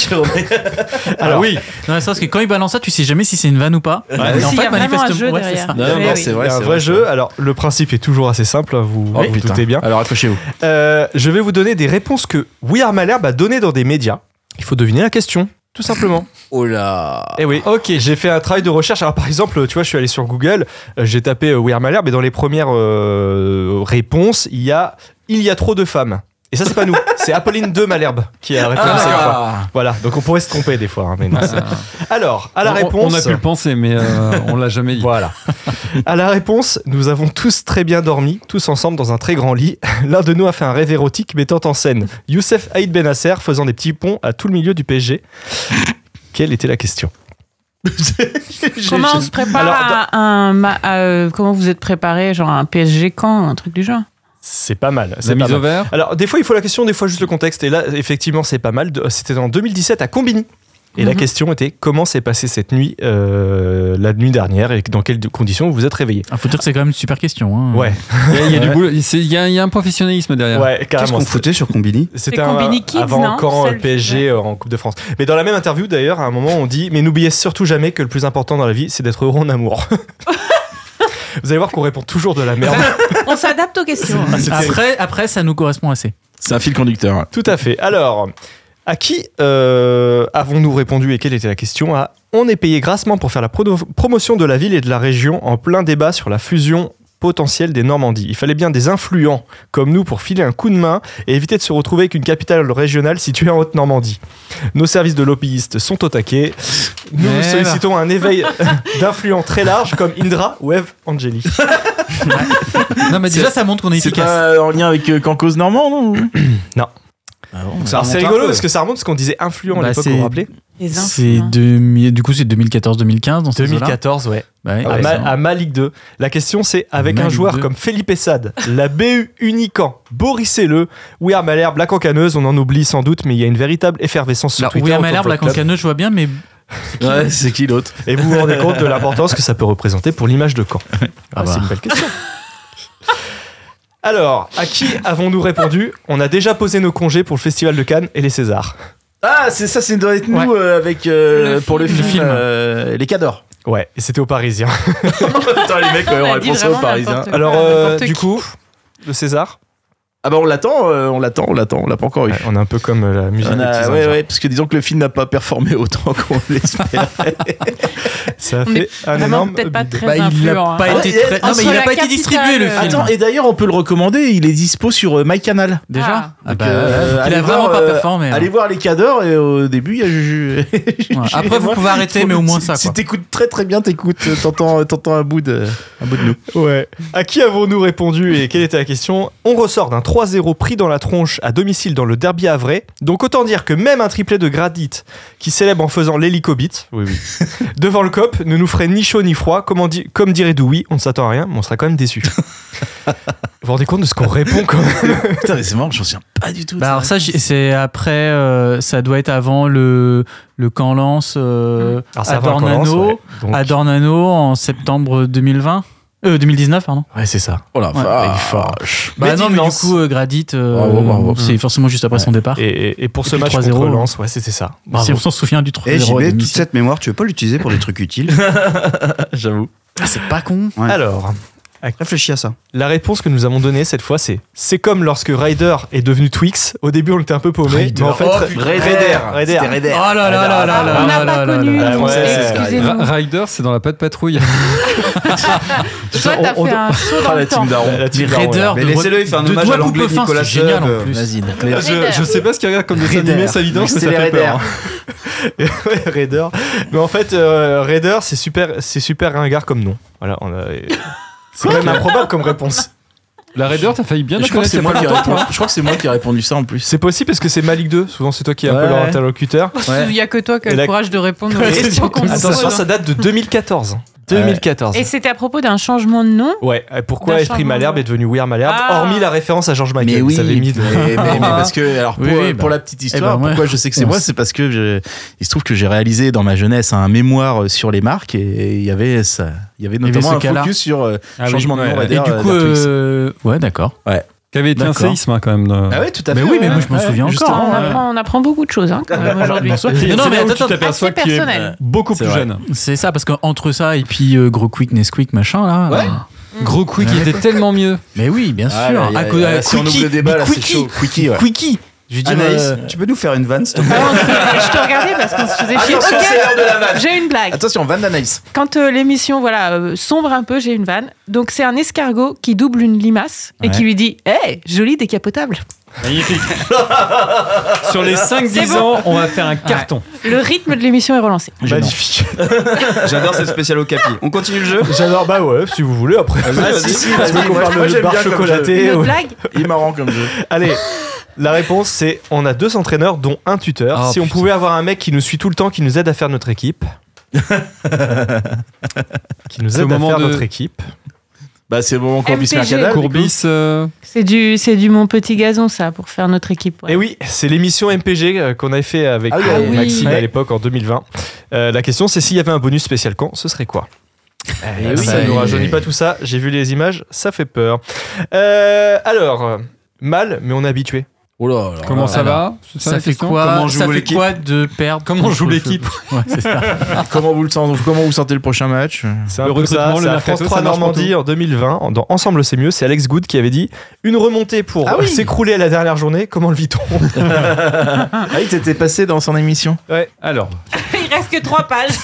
Alors oui, Non, c'est parce que quand il balance ça, tu sais jamais si c'est une vanne ou pas. Ouais. Et en S'il y fait, a vraiment un manifestement, jeu ouais, derrière. c'est ça. Non, Eh non, oui. c'est vrai, il y a un c'est vrai vrai, jeu. Alors le principe est toujours assez simple, vous Oh, vous putain. doutez bien. Alors accrochez-vous. Euh, je vais vous donner des réponses que We Are Malherbe a données dans des médias. Il faut deviner la question, tout simplement. Oh là. Eh oui, ok, j'ai fait un travail de recherche. Alors par exemple, tu vois, je suis allé sur Google, euh, j'ai tapé euh, We Are Malherbe et dans les premières euh, réponses, il y a Il y a trop de femmes. Et ça, c'est pas nous, c'est Apolline de Malherbe qui a répondu Ah. cette fois. Voilà, donc on pourrait se tromper des fois. Hein, mais non, c'est- Alors, à la On- réponse. On a pu le penser, mais euh, on l'a jamais dit. Voilà. À la réponse, nous avons tous très bien dormi, tous ensemble dans un très grand lit. L'un de nous a fait un rêve érotique mettant en scène Youssef Haït Benasser faisant des petits ponts à tout le milieu du P S G. Quelle était la question ? Comment on se prépare Alors, à un. ma- à, euh, comment vous êtes préparé, genre un P S G camp, un truc du genre? C'est pas mal. C'est La pas mise au mal. vert. Alors, des fois, il faut la question, des fois, juste le contexte. Et là, effectivement, c'est pas mal. De- C'était en deux mille dix-sept à Combini. Et la Mhm. question était comment s'est passée cette nuit, euh, la nuit dernière, et dans quelles conditions vous vous êtes réveillé. Il faut dire que c'est quand même une super question. Hein. Ouais, Il y a, il y a du boulot. C'est- Il y, a, il y a un professionnalisme derrière. ouais, Qu'est-ce carrément. qu'on foutait sur Combini ? C'était C'est un, Combini Kids, avant non quand Celle- le P S G euh, en Coupe de France. Mais dans la même interview d'ailleurs, à un moment on dit mais n'oubliez surtout jamais que le plus important dans la vie c'est d'être heureux en amour. Vous allez voir qu'on répond toujours de la merde. On s'adapte aux questions. Ah, c'est terrible. Après, après, ça nous correspond assez. C'est un fil conducteur. Tout à fait. Alors, à qui euh, avons-nous répondu et quelle était la question ? À on est payé grassement pour faire la prono- promotion de la ville et de la région en plein débat sur la fusion potentielle des Normandies. Il fallait bien des influents comme nous pour filer un coup de main et éviter de se retrouver avec une capitale régionale située en Haute-Normandie. Nos services de lobbyistes sont au taquet. Nous Mais sollicitons un éveil d'influents très large comme Indra ou Eve Angeli. Non, mais déjà, ça montre qu'on est C'est efficace. pas en lien avec euh, Cancos Normand, non Non. Ah bon, Ça Alors c'est remonte un rigolo peu. parce que ça remonte parce qu'on disait influent à Bah, l'époque, c'est- vous vous rappelez Les C'est influents. deux- du coup, c'est deux mille quatorze deux mille quinze dans ces deux mille eaux-là. quatorze, ouais. Bah ouais, à, ouais, Ma- ça. à Ma Ligue deux. La question c'est avec Ma un Ligue joueur deux. comme Felipe Sade, la B U Unican, Boris Helleux, We Are Malherbe, la Cancaneuse, on en oublie sans doute, mais il y a une véritable effervescence sur Alors, Twitter. oui, à autour Malherbe, de la votre club. cancaneuse, je vois bien, mais Ouais, c'est qui l'autre Et vous vous rendez compte de l'importance que ça peut représenter pour l'image de Caen. Ah, bah. C'est une belle question. Alors, à qui avons-nous répondu ? On a déjà posé nos congés pour le Festival de Cannes et les Césars. Ah, c'est ça, c'est doit être nous Ouais. euh, avec euh, Le pour le film. film, Le film. euh, les cadors. Ouais, et c'était aux Parisiens. Attends, les mecs, On ouais, on a dit répond ça vraiment aux Parisiens. n'importe quoi. Alors, euh, N'importe du qui. coup, le César, Ah bah on l'attend, euh, on l'attend, on l'attend, on l'a pas encore eu. ouais, on est un peu comme euh, la musique On des a- petits ouais, anges. ouais, parce que disons que le film n'a pas performé autant qu'on l'espérait. Ça a On fait est un vraiment énorme peut-être pas bide. très bah, il influent. n'a hein. pas Ah, été et- très. Non, entre mais il n'a la pas été distribué le capitale, film. Attends, et d'ailleurs on peut le recommander, il est dispo sur euh, MyCanal. Déjà Ah. Ah bah, euh, Il allez a vraiment voir, pas euh, performé. hein. Allez voir les cadors et au début il y a Juju. Ouais. Après, vous pouvez arrêter, mais au moins ça, Si quoi. t'écoutes très très bien, t'écoutes, euh, t'entends, t'entends un bout de, un bout de nous. Ouais. À qui avons-nous répondu et quelle était la question ? On ressort d'un trois zéro pris dans la tronche à domicile dans le derby havrais. Donc autant dire que même un triplé de Gradit qui célèbre en faisant l'hélicobite, oui, oui. devant le C O P ne nous ferait ni chaud ni froid. Comme, on dit, comme dirait Doui, on ne s'attend à rien, mais on sera quand même déçus. Vous vous rendez compte de ce qu'on répond quand même ? Putain, mais c'est marrant, je m'en souviens pas du tout. de Bah ça. alors ça, j- c'est après, euh, ça doit être avant le, le camp Lance euh, Alors, c'est à avant le camp Lens, Dornano, ouais. Donc- à Dornano en septembre deux mille vingt. Euh, deux mille dix-neuf, pardon. Ouais, c'est ça. Oh la Ouais. vache. Bah Made non, in mais Lens. du coup, euh, Gradit, euh, Bravo, bravo. c'est forcément juste après Ouais. son départ. Et, et- et pour Et ce puis match trois contre zéro. Lens, ouais, c'était ça. Bravo. Si on s'en souvient du trois Et zéro. J à B, toute domicile. cette mémoire, tu veux pas l'utiliser pour des trucs utiles ? J'avoue. Ah, c'est pas con. Ouais. Alors, Réfléchis à ça. la réponse que nous avons donnée cette fois, c'est c'est comme lorsque Ryder est devenu Twix. Au début, on était un peu paumé, Raider. mais en fait, Oh, putain. Raider, Raider. C'était Raider. Oh là là là là là On n'a là pas là connu. là là. Ah, ouais. Excusez-nous. Ra- Rider, c'est dans la patte patrouille. Toi, t'as On- on- fait un saut Ah, dans la le temps. team Daron. La team Les Daron, Raiders Mais de laissez-le, il fait un de hommage doigts à l'anglais coupe-fin, Nicolas c'est génial Seub. en plus. Vas-y, donc les je, je sais pas ce qu'il regarde comme dessin Raider. animé, ça vidange, mais C'est ça les fait peur. Raiders. Ouais, Raider. Mais en fait, euh, Raider, c'est super, c'est super ringard comme nom. Voilà, on a. C'est quand même improbable comme réponse. La Raider, t'as failli bien Je la crois, que connaître il c'est y a moi pas qui ai longtemps, répondu- toi. je crois que c'est moi qui ai répondu ça en plus. C'est possible parce que c'est Ma Ligue deux. Souvent, c'est toi qui es un peu Ouais. leur interlocuteur. Il n'y a que toi qui as Et le la- courage de répondre aux Ouais, questions qu'on nous Attention, pose. ça date de deux mille quatorze. deux mille quatorze. Et c'était à propos d'un changement de nom. Ouais, et pourquoi D'un Esprit changement Malherbe de- est devenu We Are Malherbe, Ah. hormis la référence à George Michael. Mais oui, vous savez, mis de- mais, mais- mais parce que alors pour, Oui, oui, pour bah. la petite histoire, Eh ben, moi, pourquoi je sais que c'est on moi, s- c'est parce que je- il se trouve que j'ai réalisé dans ma jeunesse un mémoire sur les marques et il y avait ça, il y avait y avait notamment ce un cas-là. focus sur euh, Ah oui, changement de nom, ouais, on va ouais. Et dire. du coup, d'Artwix. euh, ouais, d'accord. Ouais. Qui avait été un D'accord. séisme hein, quand même. de- Ah ouais, tout à fait. Mais oui, mais ouais, moi je m'en ouais, souviens encore. justement, On hein. apprend, on apprend beaucoup de choses hein, quand même aujourd'hui. Non, non, mais C'est attends, là où tu attends, t'aperçois assez qu'il est personnel. beaucoup C'est plus vrai. jeune. c'est ça, parce qu'entre ça et puis euh, Gros Quick, Nesquik, machin, là. Ouais. euh, Gros Quick, il était tellement mieux. Mais oui, bien sûr. Ah, là, y a- À co- là, à si on ouvre Quickie, le débat, mais là, c'est Quickie, chaud. Quickie, ouais. Quickie. Je veux dire, Anaïs, euh, tu peux nous faire une vanne, s'il te plaît? Ah, je te regardais parce qu'on se faisait chier. Attention, Ok, c'est l'heure de la vanne. j'ai une blague. Attention, Van d'Anaïs. Quand euh, l'émission voilà euh, sombre un peu, j'ai une vanne. Donc c'est un escargot qui double une limace et Ouais. qui lui dit "Hey, joli décapotable." Magnifique. Sur les cinq dix C'est bon. ans, on va faire un carton. Le rythme de l'émission est relancé. Magnifique. J'adore cette spéciale au capi. On continue le jeu? J'adore, bah ouais, si vous voulez, après. Vas-y, vas-y. si, si, Tu veux vas-y, qu'on moi, parle moi, de j'aime barre bien comme chocolatée Une ou- blague. Il est marrant comme jeu. Allez, la réponse c'est on a deux entraîneurs dont un tuteur. Oh, si on putain. pouvait avoir un mec qui nous suit tout le temps, qui nous aide à faire notre équipe. qui nous C'est au aide à moment faire de- notre équipe. Bah, c'est le moment Courbis M P G. Mercadal. Courbis, euh, C'est du c'est du mon petit gazon ça pour faire notre équipe. ouais. Et oui, c'est l'émission M P G euh, qu'on avait fait avec Ah oui, euh, ah oui. Maxime Ouais. à l'époque en deux mille vingt. Euh, la question c'est s'il y avait un bonus spécial camp, ce serait quoi? Eh oui, ça bah, nous et- rajeunit pas tout ça. J'ai vu les images, ça fait peur. Euh, alors, euh, mal, mais on est habitué. Oh là, alors comment là. ça va? C'est ça la fait question quoi Comment joue Ça fait l'équipe quoi de perdre Comment joue contre- l'équipe Ouais, c'est ça. Comment vous le sentez Comment vous sentez le prochain match? C'est un Le peu ça, recrutement, le c'est à mercato, France trois ça marche pour Normandie en deux mille vingt. en- Dans Ensemble c'est mieux, c'est Alex Good qui avait dit une remontée pour Ah oui. s'écrouler à la dernière journée. Comment le vit-on? Ah, il t'était passé dans son émission. Ouais. Alors, Il reste que trois pages.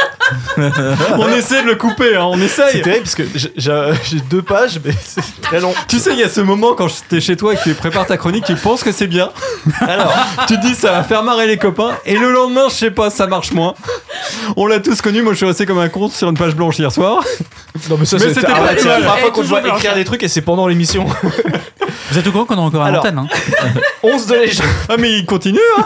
on essaie de le couper, hein, on C'est essaye. terrible parce que j'ai- j'ai j'ai deux pages, mais c'est très long. Tu sais, il y a ce moment quand t'es chez toi et que tu prépares ta chronique, tu penses que c'est bien. Alors, tu te dis ça va faire marrer les copains, et le lendemain, je sais pas, ça marche moins. On l'a tous connu, moi je suis resté comme un con sur une page blanche hier soir. Non mais ça Mais c'était c'était pas arrête, plus c'est la mal. première fois Et qu'on te voit toujours écrire des trucs et c'est pendant l'émission. Vous êtes au courant qu'on a encore un Alors. antenne, hein onze de légende. Ah, mais il continue, hein.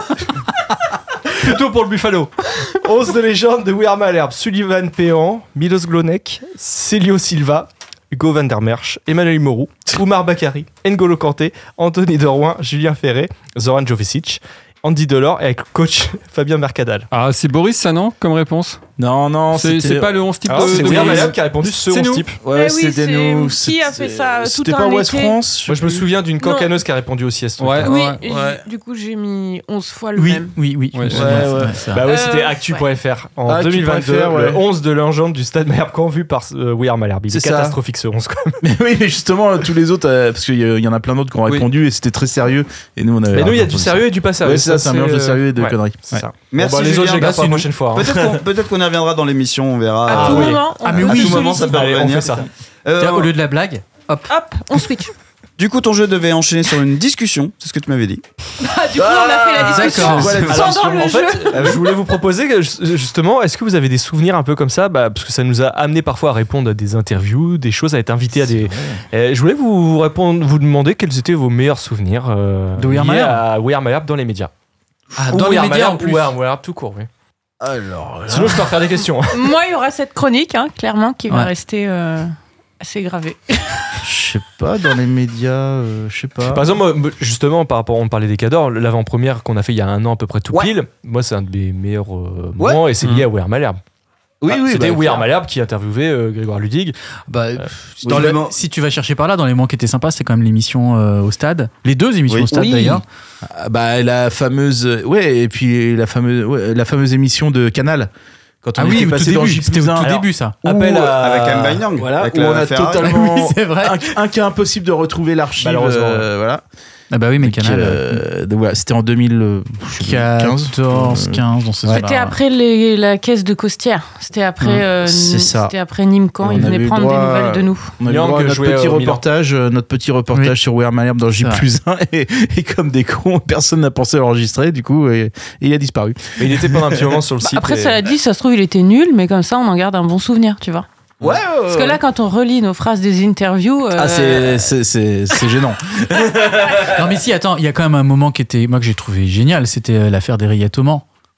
Plutôt pour le Buffalo. onze de légende de We Are Malherbe. Sullivan Péan, Milos Glonek, Célio Silva, Hugo Van der Merch, Emmanuel Moreau, Oumar Bakari, N'Golo Kanté, Anthony Derouin, Julien Ferré, Zoran Jovicic, Andy Delors et avec le coach Fabien Mercadal. Ah, c'est Boris, ça, non? Comme réponse? Non, non, C'est c'était- c'est pas le onze type Alors, de, c'est de We Are Boris. Malherbe qui a répondu ce C'est onze nous. type. Ouais, Eh oui, c'était c'est- nous. qui a c'était- fait ça tout C'était un pas West été France. Moi je me souviens d'une Non. cancaneuse qui a répondu aussi à ce truc. Ouais, Oui, ouais. et ouais. j'ai- du coup j'ai mis onze fois le Oui, même. oui, oui. Ouais, C'est ouais, vrai, ouais. c'est vrai, ça. Bah ouais, Euh, c'était actu point F R en actu deux mille point vingt-deux, F R, ouais. le onze de Legende du stade Malherbe quand vu par euh, We Are Malherbe. Il est C'est ça. catastrophique ce onze quand même. Mais oui, mais justement, tous les autres, euh, parce qu'il y, y en a plein d'autres qui ont Oui. répondu et c'était très sérieux. Et nous, on avait. Mais nous il y a du répondu ça. sérieux et du pas sérieux. Ouais, c'est ça, c'est un mélange de sérieux et de ouais, conneries. C'est Ouais. ça. Merci, Bon, bah, les Julien. autres, je les garde Merci pour la nous. prochaine fois. hein. Peut-être qu'on peut-être qu'on y reviendra dans l'émission, on verra. À Ah tout oui. moment. Ah, mais on oui, peut à tout nous moment, ça peut Allez, on revenir. fait ça. Euh, Tiens, au lieu de la blague, hop. Hop, on switch. Du coup, ton jeu devait enchaîner sur une discussion, c'est ce que tu m'avais dit. Ah, du coup, on a fait la discussion d'accord. Voilà, pendant le En jeu. fait, euh, je voulais vous proposer que, justement, est-ce que vous avez des souvenirs un peu comme ça, bah, parce que ça nous a amené parfois à répondre à des interviews, des choses, à être invité à des. Euh, je voulais vous répondre, vous demander quels étaient vos meilleurs souvenirs euh, De We Are liés Malherbe à We Are Malherbe dans les médias. Ah, Ou dans We les Are médias Malherbe, en plus. ou We Are Malherbe tout court, oui. Alors, là- Sinon, je peux refaire des questions. Moi, il y aura cette chronique, hein, clairement, qui va Ouais. rester euh, assez gravée. je sais pas, dans les médias, euh, je sais pas. Par exemple, moi, justement, par rapport, on parlait des cadors, l'avant-première qu'on a fait il y a un an à peu près tout Ouais. pile, moi, c'est un de mes meilleurs euh, Ouais. moments et c'est lié à We Are Malherbe. Oui, Ah, oui, c'était bah, We Are Malherbe qui interviewait euh, Grégoire Ludig. Bah, Dans dans les le- mo- si tu vas chercher par là, dans les moments qui étaient sympas, c'est quand même l'émission euh, au stade. Les deux émissions Oui. au stade Oui. d'ailleurs. Ah, bah, la fameuse. Ouais, et puis la fameuse, ouais, la fameuse émission de Canal. Quand on Ah oui, était au tout passé dans début. J C'était au plus un. tout Alors, début, ça. où, Appel à- euh, Avec Anne Bainang, Voilà, avec où la on a Ferrari. totalement. Oui, c'est vrai. Un, un cas impossible de retrouver l'archive. Malheureusement, euh, voilà. Ah bah oui, mais Donc, Canal. euh, donc voilà, c'était en deux mille quinze. quatorze, quinze, dans ce C'était après les- la caisse de Costière. C'était après, Hum, euh, c'est ça. C'était après Nimcan. On Ils avait venaient eu prendre des droit à- nouvelles de nous. On a eu Yang droit à notre jouait petit au Milan. reportage, euh, notre petit reportage Oui. sur We Are Malherbe dans J C'est vrai. plus un et, et comme des cons, personne n'a pensé à l'enregistrer du coup et, et il a disparu. Mais il était pendant un petit moment sur le Bah, site. après, et- ça dit, ça se trouve, il était nul, mais comme ça, on en garde un bon souvenir, tu vois. Ouais. Parce que là, quand on relit nos phrases des interviews. euh, Ah c'est c'est c'est c'est gênant. Non mais si, attends, il y a quand même un moment qui était, moi que j'ai trouvé génial, c'était euh, l'affaire des Thoman.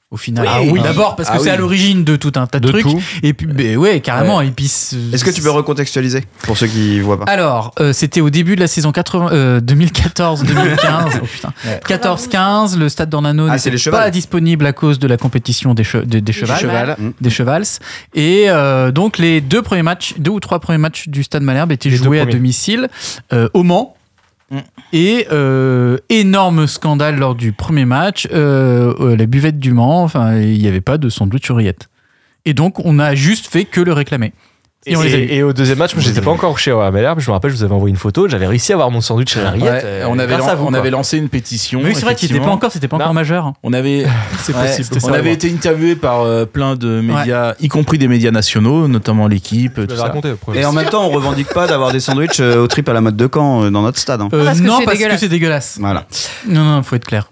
Au final, Ah oui. d'abord parce que Ah c'est oui. à l'origine de tout un tas de, De trucs, tout. et puis ben ouais, carrément. Ouais. Et puis c'est- Est-ce que tu peux recontextualiser pour ceux qui voient pas? Alors, euh, c'était au début de la saison quatre-vingts, euh, deux mille quatorze deux mille quinze. Oh, putain. quatorze quinze, le stade d'Ornano Ah, c'est les n'était chevals. pas disponible à cause de la compétition des, che- des, des chevals. Cheval. Mm. Des chevals. Et euh, donc, les deux premiers matchs, deux ou trois premiers matchs du stade Malherbe étaient Les deux joués à premiers. domicile euh, au Mans. Mm. Et euh, énorme scandale lors du premier match, euh, euh, la buvette du Mans, enfin, il n'y avait pas de sandwich oreillette. Et donc, on a juste fait que le réclamer. Et, Et, on les a eu. et au deuxième match, moi j'étais pas encore chez à Malherbe, je me rappelle, je vous avais envoyé une photo, j'avais réussi à avoir mon sandwich à la rillette. Ouais, euh, on avait, grâce lan- à vous, on quoi. avait lancé une pétition. Mais oui, c'est vrai qu'il n'était pas effectivement. encore, c'était pas encore Non. majeur. On avait, C'est ouais, possible. on avait été interviewé par euh, plein de médias, y compris des médias nationaux, notamment l'équipe, Je tout l'avais ça. raconté, le premier. Et en même temps, on revendique pas d'avoir des sandwichs euh, au trip à la mode de Caen euh, dans notre stade. hein. Euh, Parce que non, c'est parce dégueulasse. que c'est dégueulasse. Voilà. Non, non, faut être clair.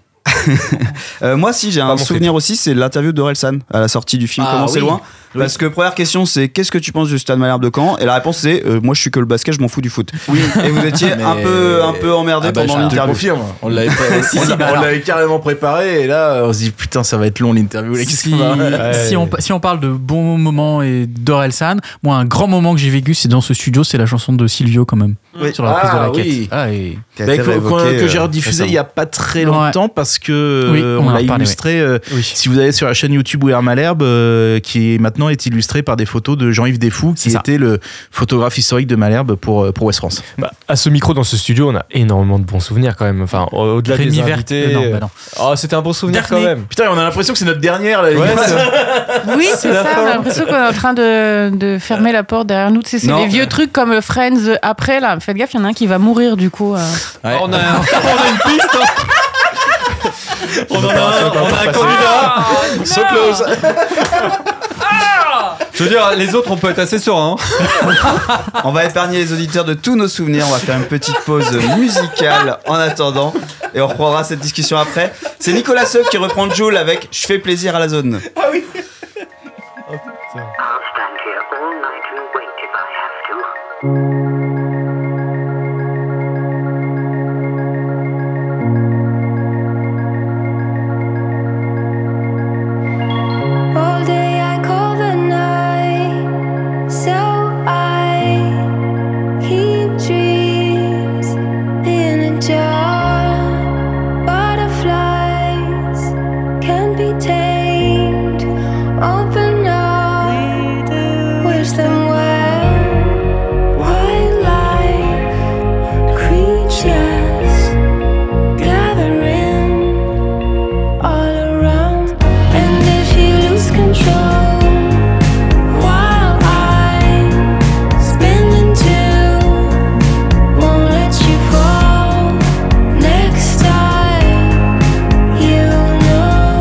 Euh, moi, si j'ai Pas un mon souvenir aussi, c'est l'interview d'Orelsan à la sortie du film Ah, Comment c'est oui. loin. Oui. Parce que première question, c'est qu'est-ce que tu penses du stade Malherbe de Caen? Et la réponse c'est euh, moi je suis que le basket, je m'en fous du foot. Oui. Et vous étiez Mais- un peu un peu emmerdé Ah bah, pendant je te l'interview. confirme, on l'avait, pas- Si, on si, l'a- bah on alors. l'avait carrément préparé et là on se dit putain ça va être long l'interview. là, qu'est-ce Si, qu'on va- Ouais. si, on, si on parle de bons moments et d'Orelsan, moi, un grand moment que j'ai vécu, c'est dans ce studio, c'est la chanson de Silvio, quand même. Oui. Sur la prise de Ah, la quête. oui. Ah, et... Qui a Bah, été que, réévoqué, que- que euh, j'ai rediffusé il y a pas très longtemps parce que Oui, euh, on on, en a l'a reparlé, illustré. euh, Oui. Si vous allez sur la chaîne YouTube We Are Malherbe, euh, qui est maintenant est illustré par des photos de Jean-Yves Desfous, qui C'est ça. était le photographe historique de Malherbe pour euh, pour Ouest France. Bah, à ce micro, dans ce studio, on a énormément de bons souvenirs quand même. Enfin, au- au-delà Rémi des Vert- invités. euh, non, bah non. Oh, c'était un bon souvenir Daphné. quand même. Putain, on a l'impression que c'est notre dernière. Là, Ouais, c'est- Oui, c'est la ça. fin. On a l'impression qu'on est en train de, de fermer la porte derrière nous. Tu sais, c'est Non. les vieux trucs comme euh, Friends euh, après, là. Faites gaffe, il y en a un qui va mourir du coup. euh. Ouais. On, a, on a une piste. hein. On en a un, on a un candidat. So close. Je veux dire, les autres, on peut être assez serein. On va épargner les auditeurs de tous nos souvenirs. On va faire une petite pause musicale en attendant. Et on reprendra cette discussion après. C'est Nicolas Seub qui reprend Joule avec Je fais plaisir à la zone. All day I call the night, so I keep dreams in a jar. Butterflies can be tamed. Open up, wish them well. Wildlife creatures gathering all around. And if you lose control while I'm spinning too, won't let you fall. Next time you know.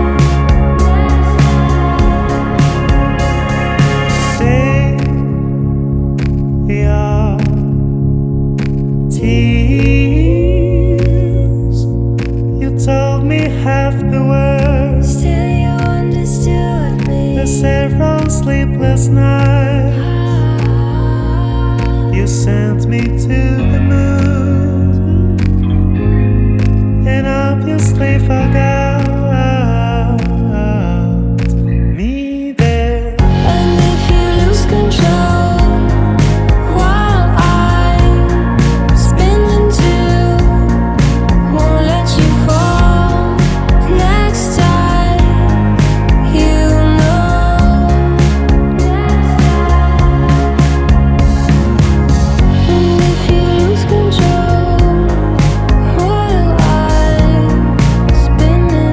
Say your tears. You told me half the words. Still you understood me. The several sleepless nights. You sent me to the moon, and obviously forgot me there. And if you lose control while I'm spinning too, won't let you fall. Next time you know. And if you lose control while I'm spinning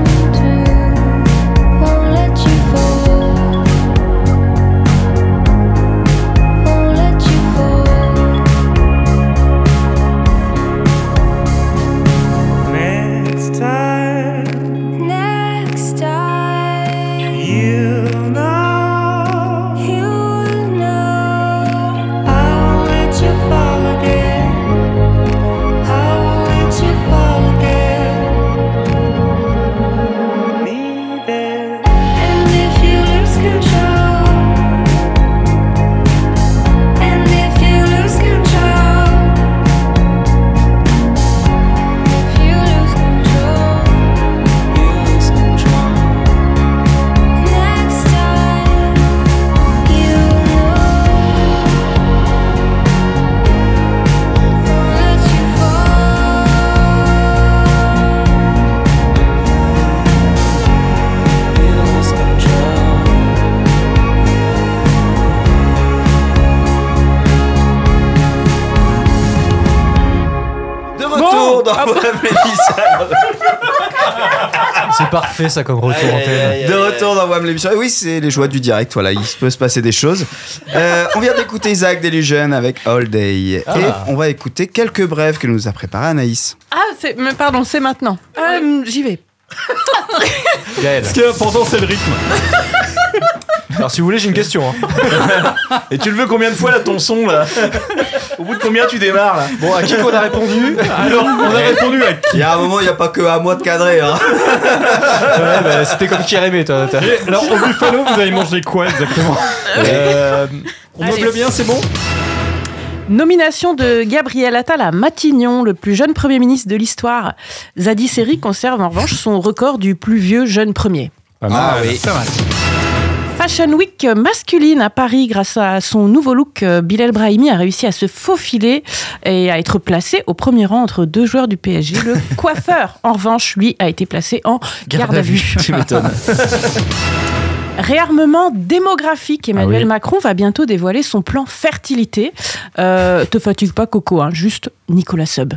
dans Ah, WAM l'émission. C'est parfait ça comme retour Aïe, antenne. aïe, aïe, De retour dans WAM l'émission. Et oui, c'est les joies du direct. Voilà, il peut se passer des choses. Euh, on vient d'écouter Isaac Delusion avec All Day. Ah. Et on va écouter quelques brèves que nous a préparé Anaïs. Ah, c'est, mais pardon, c'est maintenant. Euh, j'y vais. Gaël. Ce qui est important, c'est le rythme. Alors si vous voulez, j'ai une question. Hein. Et tu le veux combien de fois là ton son là? Au bout de combien tu démarres là? Bon, à qui qu'on a répondu? Alors, on a répondu à qui? Il y a un moment, il n'y a pas que à moi de cadrer. Hein. Ouais, bah, c'était comme Kérémé, toi. t'as- Et alors, au Buffalo, vous avez mangé quoi exactement? Euh, On meuble bien, c'est bon? Nomination de Gabriel Attal à Matignon, le plus jeune Premier ministre de l'histoire. Zadie Seri conserve en revanche son record du plus vieux jeune premier. Ah oui. Pas mal. Fashion Week masculine à Paris, grâce à son nouveau look, Bilal Brahimi a réussi à se faufiler et à être placé au premier rang entre deux joueurs du P S G. Le coiffeur, en revanche, lui, a été placé en garde à vue. Tu m'étonnes. Réarmement démographique. Emmanuel Ah oui. Macron va bientôt dévoiler son plan fertilité. Euh, te fatigue pas, Coco, hein, juste Nicolas Sub.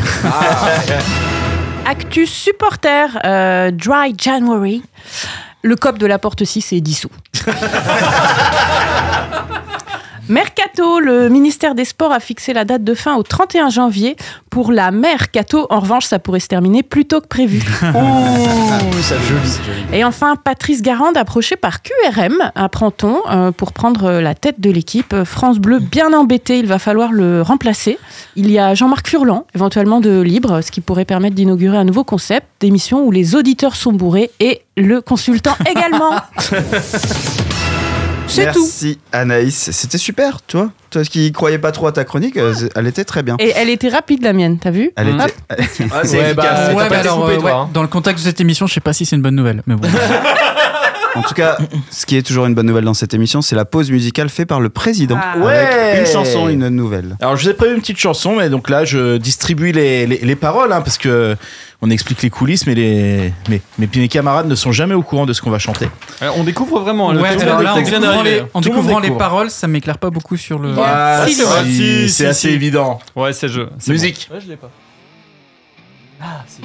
Actu supporter, euh, Dry January. Le C O P de la Porte six est dissous. Mercato, le ministère des Sports a fixé la date de fin au trente et un janvier. Pour la Mercato, en revanche, ça pourrait se terminer plus tôt que prévu. Ouh, ça joli. Et enfin, Patrice Garande approché par Q R M, apprend-on, euh, pour prendre la tête de l'équipe. France Bleu bien embêté, il va falloir le remplacer. Il y a Jean-Marc Furlan, éventuellement de Libre, ce qui pourrait permettre d'inaugurer un nouveau concept d'émission où les auditeurs sont bourrés et le consultant également. C'est tout. Merci Anaïs. C'était super, tu vois. Toi qui croyais pas trop à ta chronique, euh, elle était très bien. Et elle était rapide, la mienne, t'as vu? Elle Hop. était. Ah, c'est Ouais, efficace. bah, Ouais, t'as mais pas été alors, coupé, euh, toi, ouais, hein. dans le contexte de cette émission, je sais pas si c'est une bonne nouvelle. Mais bon. En tout cas, ce qui est toujours une bonne nouvelle dans cette émission, c'est la pause musicale faite par le président. Ah. Avec Ouais. une chanson, une nouvelle. Alors je vous ai prévu une petite chanson, mais donc là je distribue les, les, les paroles, hein, parce que on explique les coulisses, mais les mais, mais puis mes camarades ne sont jamais au courant de ce qu'on va chanter. Alors, on découvre vraiment. hein, le Ouais, tout alors le là, en texte vient découvrant, d'arriver. les, en Tout le monde découvrant les découvre. paroles, ça m'éclaire pas beaucoup sur le. Ah, si, si, c'est vrai. Si, c'est si, assez si. évident. Ouais, c'est jeu. c'est Musique. Ouais, je l'ai pas. Ah, si.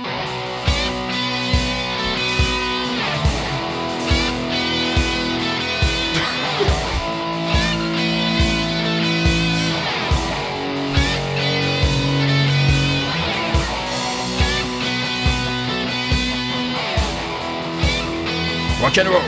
Rock and roll.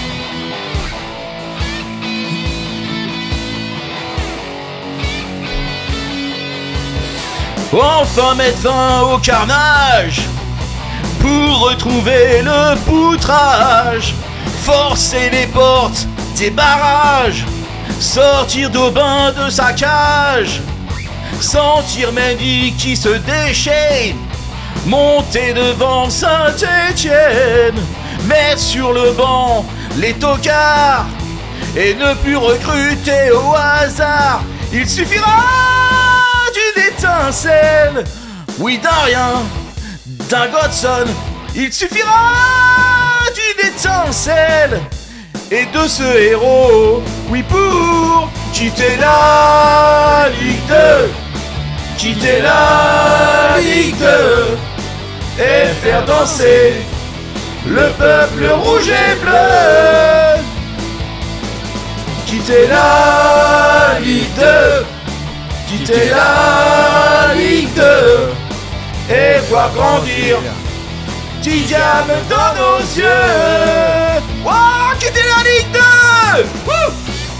Enfin mettre fin au carnage pour retrouver le poutrage, forcer les portes des barrages, sortir d'Aubin de sa cage, sentir Mendy qui se déchaîne, monter devant Saint-Étienne, mettre sur le banc les tocards et ne plus recruter au hasard. Il suffira d'une étincelle, oui d'un rien, d'un Godson. Il suffira d'une étincelle et de ce héros, oui pour quitter la Ligue deux, quitter la Ligue deux et faire danser le peuple rouge et bleu. Quitter la Ligue deux, quitter la Ligue deux et voir grandir Diane dans nos yeux. Oh, quitter la Ligue deux. Wouh.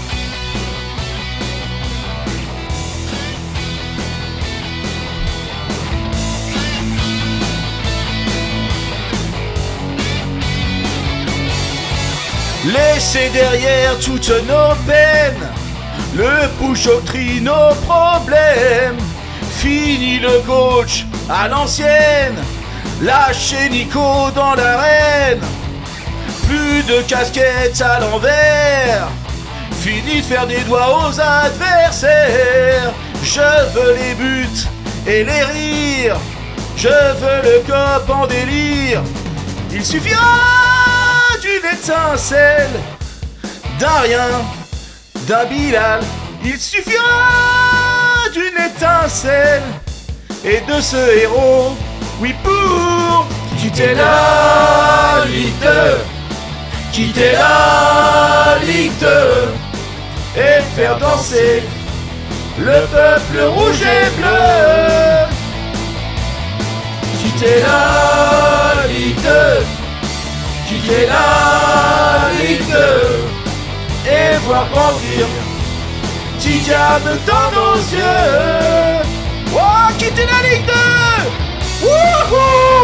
Laissez derrière toutes nos peines, le push au tri nos problèmes. Fini le coach à l'ancienne, lâchez Nico dans l'arène. Plus de casquettes à l'envers, fini de faire des doigts aux adversaires. Je veux les buts et les rires, je veux le cop en délire. Il suffira d'une étincelle, d'un rien, d'un Bilal. Il suffira d'une étincelle et de ce héros, Oui, pour quitter la Ligue deux. Quitter la Ligue deux et faire danser le peuple rouge et bleu. Quitter la Ligue deux. Quitter la Ligue deux et voir grandir Tidiane dans nos yeux. Oh, quitter la Ligue deux. Wouhou.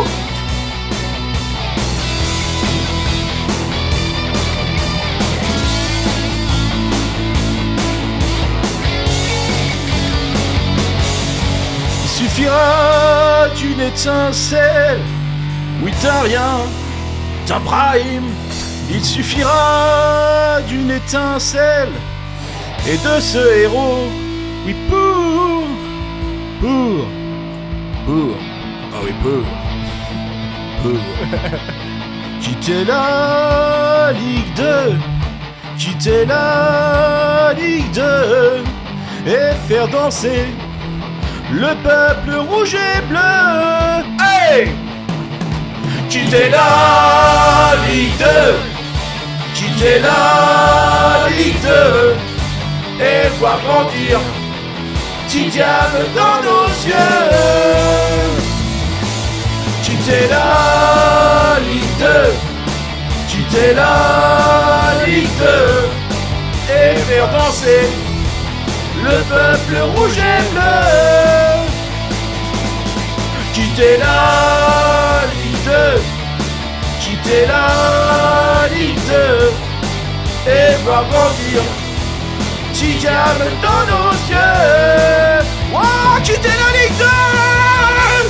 Il suffira d'une étincelle. Oui, t'as rien, t'as Brahim. Il suffira d'une étincelle et de ce héros. Oui, pour, pour, pour, ah oui, pour, pour quitter la Ligue deux, quitter la Ligue deux et faire danser le peuple rouge et bleu. Hey! Quitter la Ligue deux, quitter la Ligue deux et voir grandir Tidiane dans nos yeux. Quitter la Ligue deux, quitter la Ligue deux et faire danser le peuple rouge et bleu. Quitter la Ligue deux, quitter la Ligue deux et voir grandir Tidiane dans nos yeux. Oh, quitter la Ligue deux.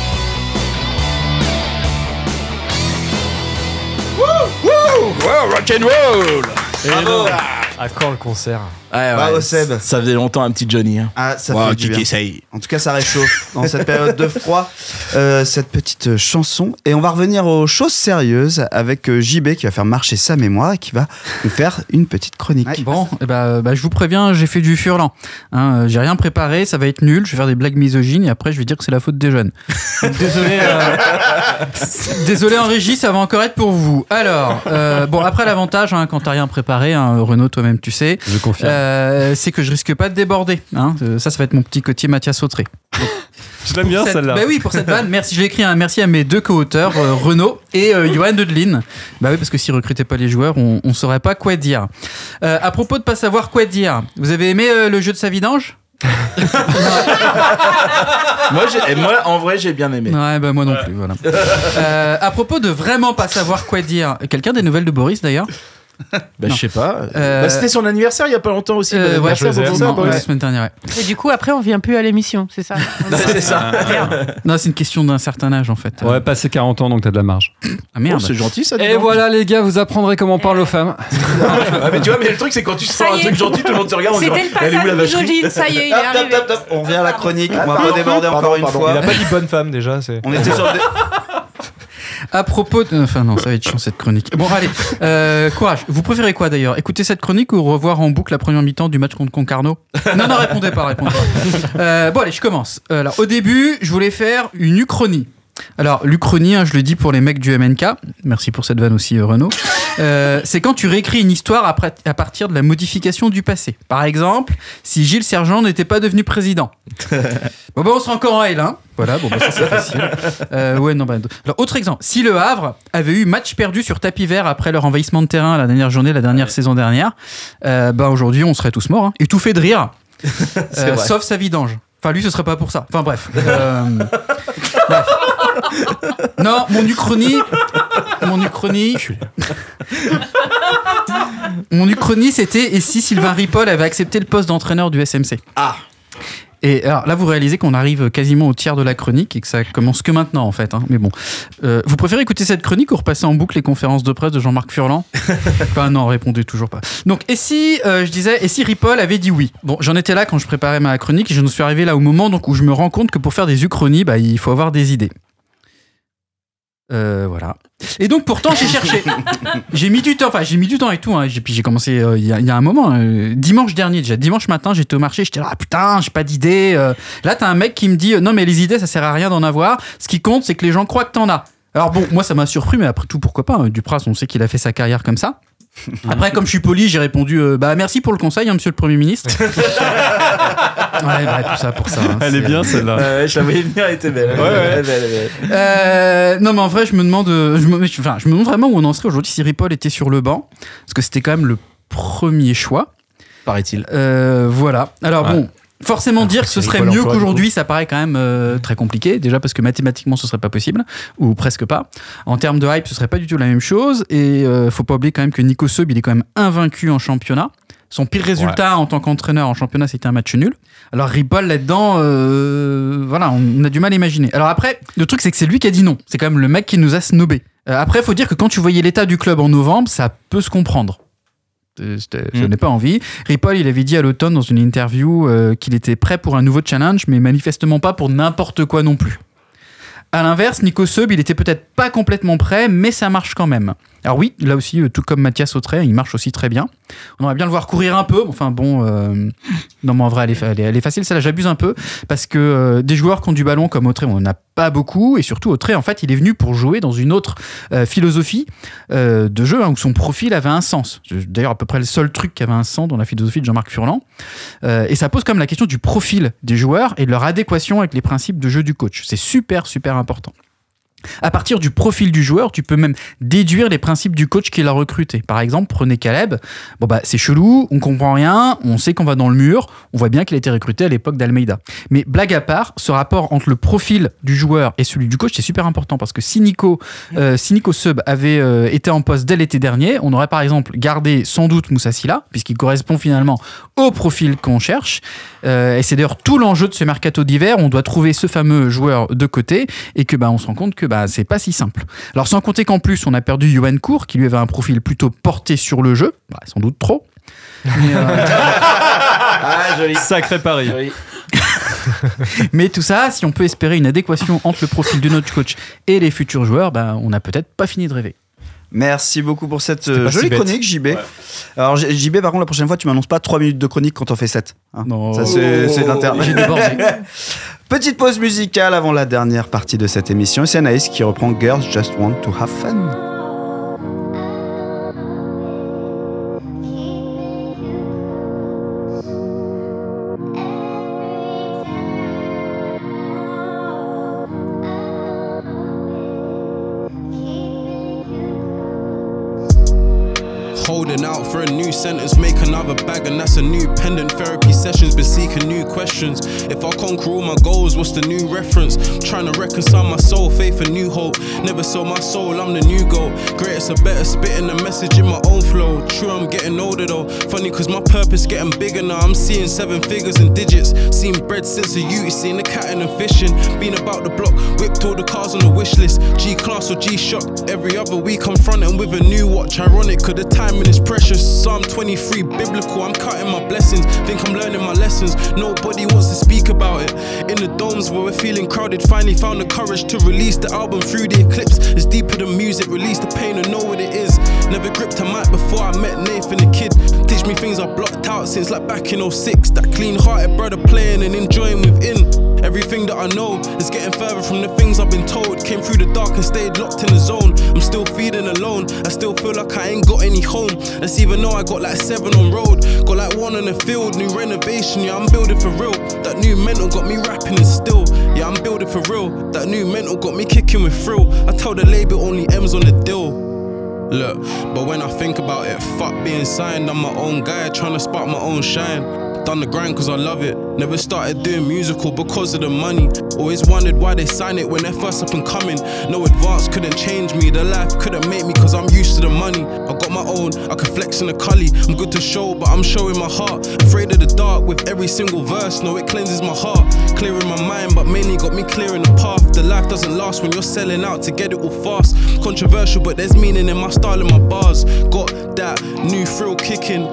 Wouh, wouh, wow, rock'n'roll. Bravo. À quand le concert? Ouais, Bravo ouais, Seb. Ça faisait longtemps un petit Johnny. Hein. Ah, ça wow, fait du bien. essaye. En tout cas, ça réchauffe dans cette période de froid, euh, cette petite chanson. Et on va revenir aux choses sérieuses avec euh, J B qui va faire marcher sa mémoire et qui va nous faire une petite chronique. Ouais, bon, eh ben, bah, je vous préviens, j'ai fait du furlan. Hein, euh, j'ai rien préparé, ça va être nul. Je vais faire des blagues misogynes et après je vais dire que c'est la faute des jeunes. Donc, désolé, euh, désolé en régie, ça va encore être pour vous. Alors, euh, bon, après l'avantage, hein, quand t'as rien préparé, hein, Renaud, toi-même tu sais, je confirme, euh, c'est que je risque pas de déborder. Hein. Ça, ça va être mon petit côté Mathias Autré. Je l'aime bien cette, celle-là. Bah oui, pour cette vanne, merci. Je l'ai écrit un merci à mes deux co-auteurs, euh, Renaud et euh, Johan Dedeline. Bah oui, parce que s'ils recrutaient pas les joueurs, on, on saurait pas quoi dire. Euh, à propos de pas savoir quoi dire, vous avez aimé euh, le jeu de Savidange? moi, j'ai, moi, en vrai, j'ai bien aimé. Ouais, bah moi non plus, voilà. Euh, à propos de vraiment pas savoir quoi dire, quelqu'un des nouvelles de Boris d'ailleurs? Bah, je sais pas. Euh, bah, c'était son anniversaire il y a pas longtemps aussi. Euh, ouais, c'est c'est ça, la semaine dernière. Ouais. Et du coup, après, on vient plus à l'émission, c'est ça? C'est ça. Non, c'est une question d'un certain âge en fait. Ouais, passé quarante ans, donc t'as de la marge. Ah merde. Oh, c'est gentil ça. Et voilà les gars, vous apprendrez comment on parle aux femmes. Ah, mais tu vois, mais le truc c'est quand tu sors un truc gentil, tout le monde te regarde. C'était le passage misogyne, ça y est, il est Hop, arrivé. hop, hop, hop. On revient à la chronique, Ah, on va pardon, pas déborder pardon, encore une pardon. fois. Il a pas dit bonne femme déjà. C'est... On était sur des... À propos de... Enfin non, ça va être chiant cette chronique. Bon allez, euh, courage. Vous préférez quoi d'ailleurs? Écouter cette chronique ou revoir en boucle la première mi-temps du match contre Concarneau? Non, non, répondez pas, répondez pas. Euh, bon allez, je commence. Alors au début, je voulais faire une uchronie. Alors l'uchronie, hein, je le dis pour les mecs du M N K, merci pour cette vanne aussi euh, Renaud, euh, c'est quand tu réécris une histoire après, à partir de la modification du passé. Par exemple, si Gilles Sergent n'était pas devenu président. Bon bah on sera encore en L, hein. Voilà, bon bah ça c'est facile. Euh, ouais, non, bah, alors, autre exemple, si le Havre avait eu match perdu sur tapis vert après leur envahissement de terrain la dernière journée, la dernière ouais. saison dernière, euh, bah aujourd'hui on serait tous morts, hein, étouffés de rire, euh, sauf sa vidange. Enfin lui ce serait pas pour ça. Enfin bref. Euh, bref. Non, mon uchronie, mon uchronie, mon uchronie c'était et si Sylvain Ripoll avait accepté le poste d'entraîneur du S M C. Ah. Et alors là, vous réalisez qu'on arrive quasiment au tiers de la chronique et que ça commence que maintenant, en fait. Hein. Mais bon, euh, vous préférez écouter cette chronique ou repasser en boucle les conférences de presse de Jean-Marc Furlan? Enfin non, répondez toujours pas. Donc, et si, euh, je disais, et si Ripoll avait dit oui? Bon, j'en étais là quand je préparais ma chronique et je me suis arrivé là au moment donc, où je me rends compte que pour faire des uchronies, bah, il faut avoir des idées. Euh, voilà. Et donc pourtant j'ai cherché. J'ai mis du temps, enfin j'ai mis du temps et tout. Hein. J'ai, puis j'ai commencé euh, il y, y a un moment, euh, dimanche dernier déjà, dimanche matin, j'étais au marché, j'étais là, ah, putain, j'ai pas d'idée. Euh. Là t'as un mec qui me dit, euh, non mais les idées ça sert à rien d'en avoir. Ce qui compte c'est que les gens croient que t'en as. Alors bon, moi ça m'a surpris, mais après tout pourquoi pas. Hein. Dupras, on sait qu'il a fait sa carrière comme ça. Après, comme je suis poli, j'ai répondu euh, bah merci pour le conseil, hein, monsieur le Premier ministre. Ouais, bah, tout ça pour ça. Hein, elle est bien celle-là. Euh, je la voyais venir, elle était belle. Ouais, ouais. Elle est belle, elle est belle. Euh, non, mais en vrai, je me demande, euh, je me, enfin, je me demande vraiment où on en serait aujourd'hui si Ripoll était sur le banc, parce que c'était quand même le premier choix, paraît-il. Euh, voilà. Alors ouais. bon. Forcément dire que ce serait Ripoll mieux emploi, qu'aujourd'hui, ça paraît quand même euh, très compliqué. Déjà parce que mathématiquement, ce serait pas possible, ou presque pas. En termes de hype, ce serait pas du tout la même chose. Et euh, faut pas oublier quand même que Nico Seub, il est quand même invaincu en championnat. Son pire résultat ouais. en tant qu'entraîneur en championnat, c'était un match nul. Alors Ripoll là-dedans, euh, voilà, on a du mal à imaginer. Alors après, le truc c'est que c'est lui qui a dit non. C'est quand même le mec qui nous a snobé. Euh, après, faut dire que quand tu voyais l'état du club en novembre, ça peut se comprendre. C'était, je n'ai pas envie. Ripoll, il avait dit à l'automne dans une interview euh, qu'il était prêt pour un nouveau challenge, mais manifestement pas pour n'importe quoi non plus. À l'inverse, Nico Seub, il était peut-être pas complètement prêt, mais ça marche quand même. Alors oui, là aussi, tout comme Mathias Autrey, il marche aussi très bien. On aimerait bien le voir courir un peu. Enfin bon, euh... non mais en vrai, elle est, elle est, elle est facile, celle-là, j'abuse un peu. Parce que euh, des joueurs qui ont du ballon comme Autrey, on n'en a pas beaucoup. Et surtout, Autrey, en fait, il est venu pour jouer dans une autre euh, philosophie euh, de jeu, hein, où son profil avait un sens. D'ailleurs, à peu près le seul truc qui avait un sens dans la philosophie de Jean-Marc Furlan. Euh, et ça pose comme la question du profil des joueurs et de leur adéquation avec les principes de jeu du coach. C'est super, super important. À partir du profil du joueur, tu peux même déduire les principes du coach qui l'a recruté. Par exemple, prenez Caleb. Bon bah c'est chelou, on comprend rien, on sait qu'on va dans le mur, on voit bien qu'il a été recruté à l'époque d'Almeida. Mais blague à part, ce rapport entre le profil du joueur et celui du coach, c'est super important parce que si Nico, euh, si Nico Seub avait euh, été en poste dès l'été dernier, on aurait par exemple gardé sans doute Moussa Sylla, puisqu'il correspond finalement au profil qu'on cherche. Euh, et c'est d'ailleurs tout l'enjeu de ce mercato d'hiver. On doit trouver ce fameux joueur de côté et que bah on se rend compte que bah c'est pas si simple. Alors sans compter qu'en plus on a perdu Yoann Cour qui lui avait un profil plutôt porté sur le jeu, bah, sans doute trop. Mais, euh... ah, joli. Sacré pari. Joli. Mais tout ça, si on peut espérer une adéquation entre le profil de notre coach et les futurs joueurs, bah on n'a peut-être pas fini de rêver. Merci beaucoup pour cette euh, jolie si chronique, J B. Ouais. Alors, J B, par contre, la prochaine fois, tu m'annonces pas trois minutes de chronique quand on fait sept. Hein. Non. Ça, c'est, oh. c'est l'interne. J'ai débordé. Petite pause musicale avant la dernière partie de cette émission. C'est Anaïs qui reprend Girls Just Want to Have Fun. Holding out for a new sentence, make another bag, and that's a new pendant. Therapy sessions, been seeking new questions. If I conquer all my goals, what's the new reference? Trying to reconcile my soul, faith and new hope. Never sold my soul, I'm the new goal. Greatest, a better spitting the message in my own flow. True, I'm getting older though. Funny cause my purpose getting bigger now. I'm seeing seven figures and digits. Seen bread since a youth, seen the catting and fishing. Been about the block, whipped all the cars on the wish list. G-Class or G-Shock. Every other week I'm fronting with a new watch. Ironic cause the timing is precious. Psalm twenty-three, biblical, I'm cutting my blessings. Think I'm learning my lessons. Nobody wants to speak about it. In the domes where we're feeling crowded, finally found the courage to release the album through the eclipse. It's deeper than music, release the pain and know what it is. Never gripped a mic before I met Nathan the kid. Teach me things I blocked out since like back in oh six. That clean-hearted brother playing and enjoying within. Everything that I know is getting further from the things I've been told. Came through the dark and stayed locked in the zone. I'm still feeling alone, I still feel like I ain't got any home. That's even though I got like seven on road. Got like one on the field, new renovation, yeah I'm building for real. That new mental got me rapping and still, yeah I'm building for real. That new mental got me kicking with thrill. I tell the label only M's on the deal. Look, but when I think about it, fuck being signed, I'm my own guy, trying to spark my own shine. Done the grind cause I love it. Never started doing musical because of the money. Always wondered why they sign it when they're first up and coming. No advance couldn't change me, the life couldn't make me cause I'm used to the money. I got my own, I can flex in a cully. I'm good to show but I'm showing my heart. Afraid of the dark with every single verse. No, it cleanses my heart. Clearing my mind but mainly got me clearing the path. The life doesn't last when you're selling out to get it all fast. Controversial but there's meaning in my style and my bars. Got that new thrill kicking back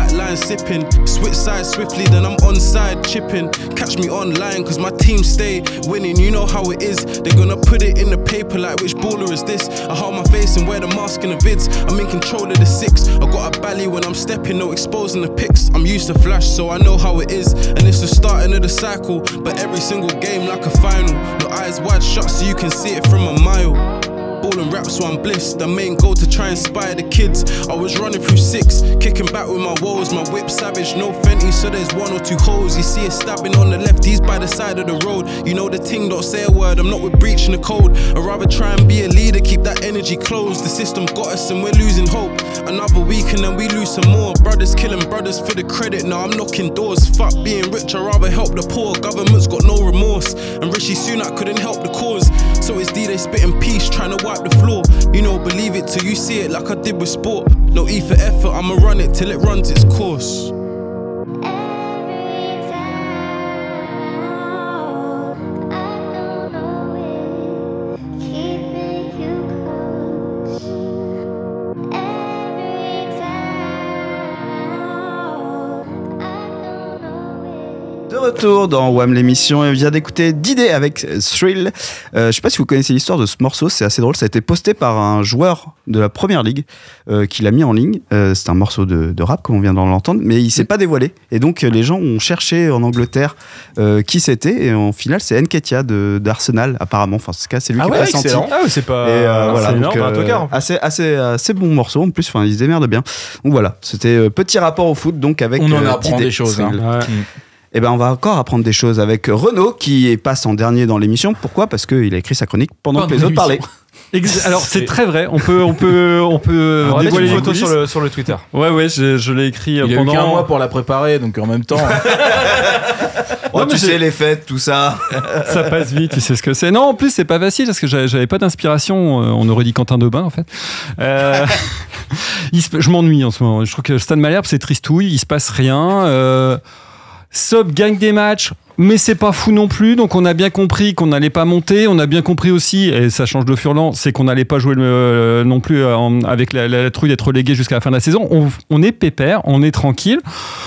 white line sipping. Switch sides swiftly, then I'm on side chipping. Catch me online, cause my team stay winning. You know how it is. They're gonna put it in the paper like which baller is this? I hold my face and wear the mask in the vids. I'm in control of the six. I got a belly when I'm stepping, no exposing the pics. I'm used to flash, so I know how it is. And it's the starting of the cycle, but every single game like a final. No eyes wide shut so you can see it from a mile. Ballin' rap so I'm blissed. The main goal to try and inspire the kids. I was running through six, kicking back with my woes. My whip savage, no Fenty, so there's one or two holes. You see it stabbing on the left, he's by the side of the road. You know the ting, don't say a word, I'm not with breaching the code. I'd rather try and be a leader, keep that energy closed. The system got us and we're losing hope. Another week and then we lose some more. Brothers killing brothers for the credit, now I'm knocking doors. Fuck being rich, I'd rather help the poor. Government's got no remorse, and Rishi Sunak couldn't help the cause. So it's D-Day spitting peace, trying to wipe the floor. You know, believe it till you see it, like I did with sport. No E for effort, I'ma run it till it runs its course. De retour dans W A M l'émission, et on vient d'écouter Didé avec Thrill. Euh, je sais pas si vous connaissez l'histoire de ce morceau, c'est assez drôle. Ça a été posté par un joueur de la première ligue euh, qui l'a mis en ligne. Euh, c'est un morceau de, de rap, comme on vient d'en l'entendre, mais il s'est pas dévoilé. Et donc les gens ont cherché en Angleterre euh, qui c'était, et en final c'est Nketiah de d'Arsenal apparemment. Enfin, en tout cas c'est lui ah qui ouais, l'a senti. Ah ouais, c'est pas. Et euh, voilà, c'est donc, énorme, un tocard. assez assez assez bon morceau en plus. Enfin, il se démerde bien. Donc voilà, c'était euh, petit rapport au foot donc avec. On en euh, apprend Didé, des choses. Hein. Ouais. Mm. Eh ben, on va encore apprendre des choses avec Renaud qui passe en dernier dans l'émission. Pourquoi ? Parce qu'il a écrit sa chronique pendant Pendant que les autres parlaient. Ex- Alors c'est très vrai, on peut, on peut, on peut On va mettre dévoiler une les photo coulisses. sur le, sur le Twitter. Ouais, ouais, je, je l'ai écrit Il pendant. a eu qu'un mois pour la préparer, donc en même temps. Oh, Non, mais tu j'ai- sais, les fêtes, tout ça. Ça passe vite, tu sais ce que c'est. Non, en plus, c'est pas facile parce que j'avais j'avais pas d'inspiration. euh, On aurait dit Quentin Daubin, en fait. Euh, il se- je m'ennuie en ce moment. Je trouve que Stade Malherbe, c'est tristouille, il se passe rien. Euh, Sob gagne des matchs, mais c'est pas fou non plus. Donc, on a bien compris qu'on n'allait pas monter. On a bien compris aussi, et ça change de Furlan, c'est qu'on n'allait pas jouer le- euh, non plus euh, en- avec la, la, la trouille d'être relégué jusqu'à la fin de la saison. On, on est pépère, on est tranquille.